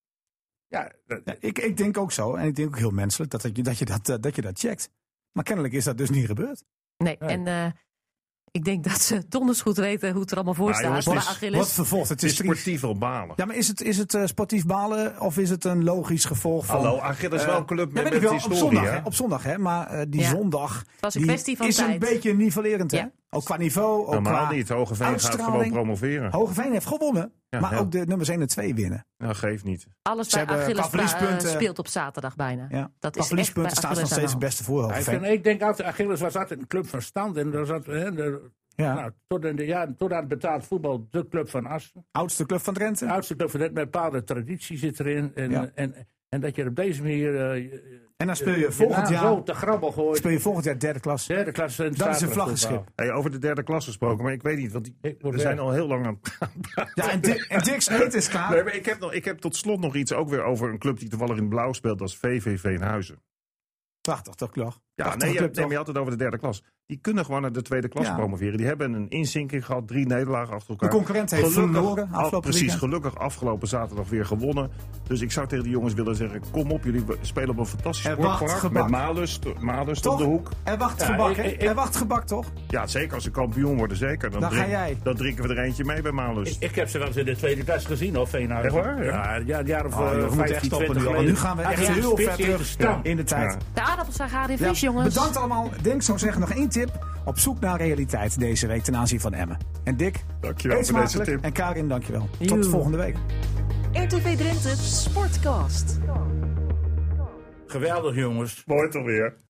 Ja, dat... ja ik, ik denk ook zo, en ik denk ook heel menselijk, dat, dat, je, dat, je, dat, uh, dat je dat checkt. Maar kennelijk is dat dus niet gebeurd. Nee, nee. en uh, ik denk dat ze donders goed weten hoe het er allemaal voor staat. jongens, voor het is- Achilles. Wat vervolgd, het Het is is sportief wel balen. Ja, maar is het, is het uh, sportief balen of is het een logisch gevolg van... Hallo, Achilles is uh, wel een club ja, met, weet met ik wel, historie. op zondag, hè? hè, op zondag, hè, maar uh, die Ja. zondag Het was een die kwestie van is tijd. een beetje nivellerend, hè? Ja. Ook qua niveau, ook Normaal qua niet. Hogeveen gaat uitstraling. gewoon promoveren. Hogeveen heeft gewonnen, Ja, maar ja. ook de nummers één en twee winnen. Nou, geeft niet. Alles Ze bij hebben Achilles qua verliespunten- uh, speelt op zaterdag bijna. Ja. Dat Qua is echt bij verliespunten staan ze nog Achilles steeds aan het de beste voor Hij Hogeveen. kan- ik denk altijd, Achilles was altijd een club van stand. En er zat, hè, de, Ja. nou, tot, in de jaren, tot aan het betaald voetbal, de club van Assen. Oudste club van Drenthe. De oudste club van net met bepaalde traditie zit erin. En, Ja. en, en dat je op deze manier uh, En dan speel je je volgend naam jaar, zo te grabbel gooit. speel je volgend jaar derde klas. Derde klasse en Dat is een zaterdagvoetbal. vlaggenschip. Hey, over de derde klas gesproken, maar ik weet niet, want die, Ik word we zijn weg. al heel lang aan het Ja, en, Di- en Dick's eten is klaar. Nee, maar ik heb, nog, ik heb tot slot nog iets ook weer over een club die toevallig in blauw speelt. Dat is V V Veenhuizen. Prachtig, toch, Klog? Ja, Prachtige nee, je, club, nee, maar toch? je had het over de derde klas. Die kunnen gewoon naar de tweede klas Ja. promoveren. Die hebben een inzinking gehad, drie nederlagen achter elkaar. De concurrent heeft verloren afgelopen af, Precies, weekend. gelukkig afgelopen zaterdag weer gewonnen. Dus ik zou tegen die jongens willen zeggen, kom op, jullie spelen op een fantastisch Er wacht sportpark. gebak. Met Malust, Malust Toch? op de hoek. Er wacht Ja, gebak, ik- hè? ik- Er wacht gebak, toch? Ja, zeker als ze kampioen worden, zeker. Dan, Dan ga drink- jij. dan drinken we er eentje mee bij Malust. Ik, ik heb ze wel eens in de tweede klas gezien, of Veenhuizen. Echt waar? Ja. Ja, ja, een jaar of Oh, joh, we uh, moeten echt vijftien, stoppen twintig nu al. geleden. Nu gaan we echt Ah, ja, heel spits ver in de terug stam. in de tijd. Ja. De aardappelsaga in Ja, vis, jongens. bedankt allemaal. Denk, zou zeggen, nog één tip. Op zoek naar realiteit deze week ten aanzien van Emmen. En Dick, Dankjewel eet voor deze smakelijk. tip. En Karin, dankjewel. Tot Joe. volgende week. R T V Drenthe Sportcast. Geweldig, jongens. Mooi toch weer.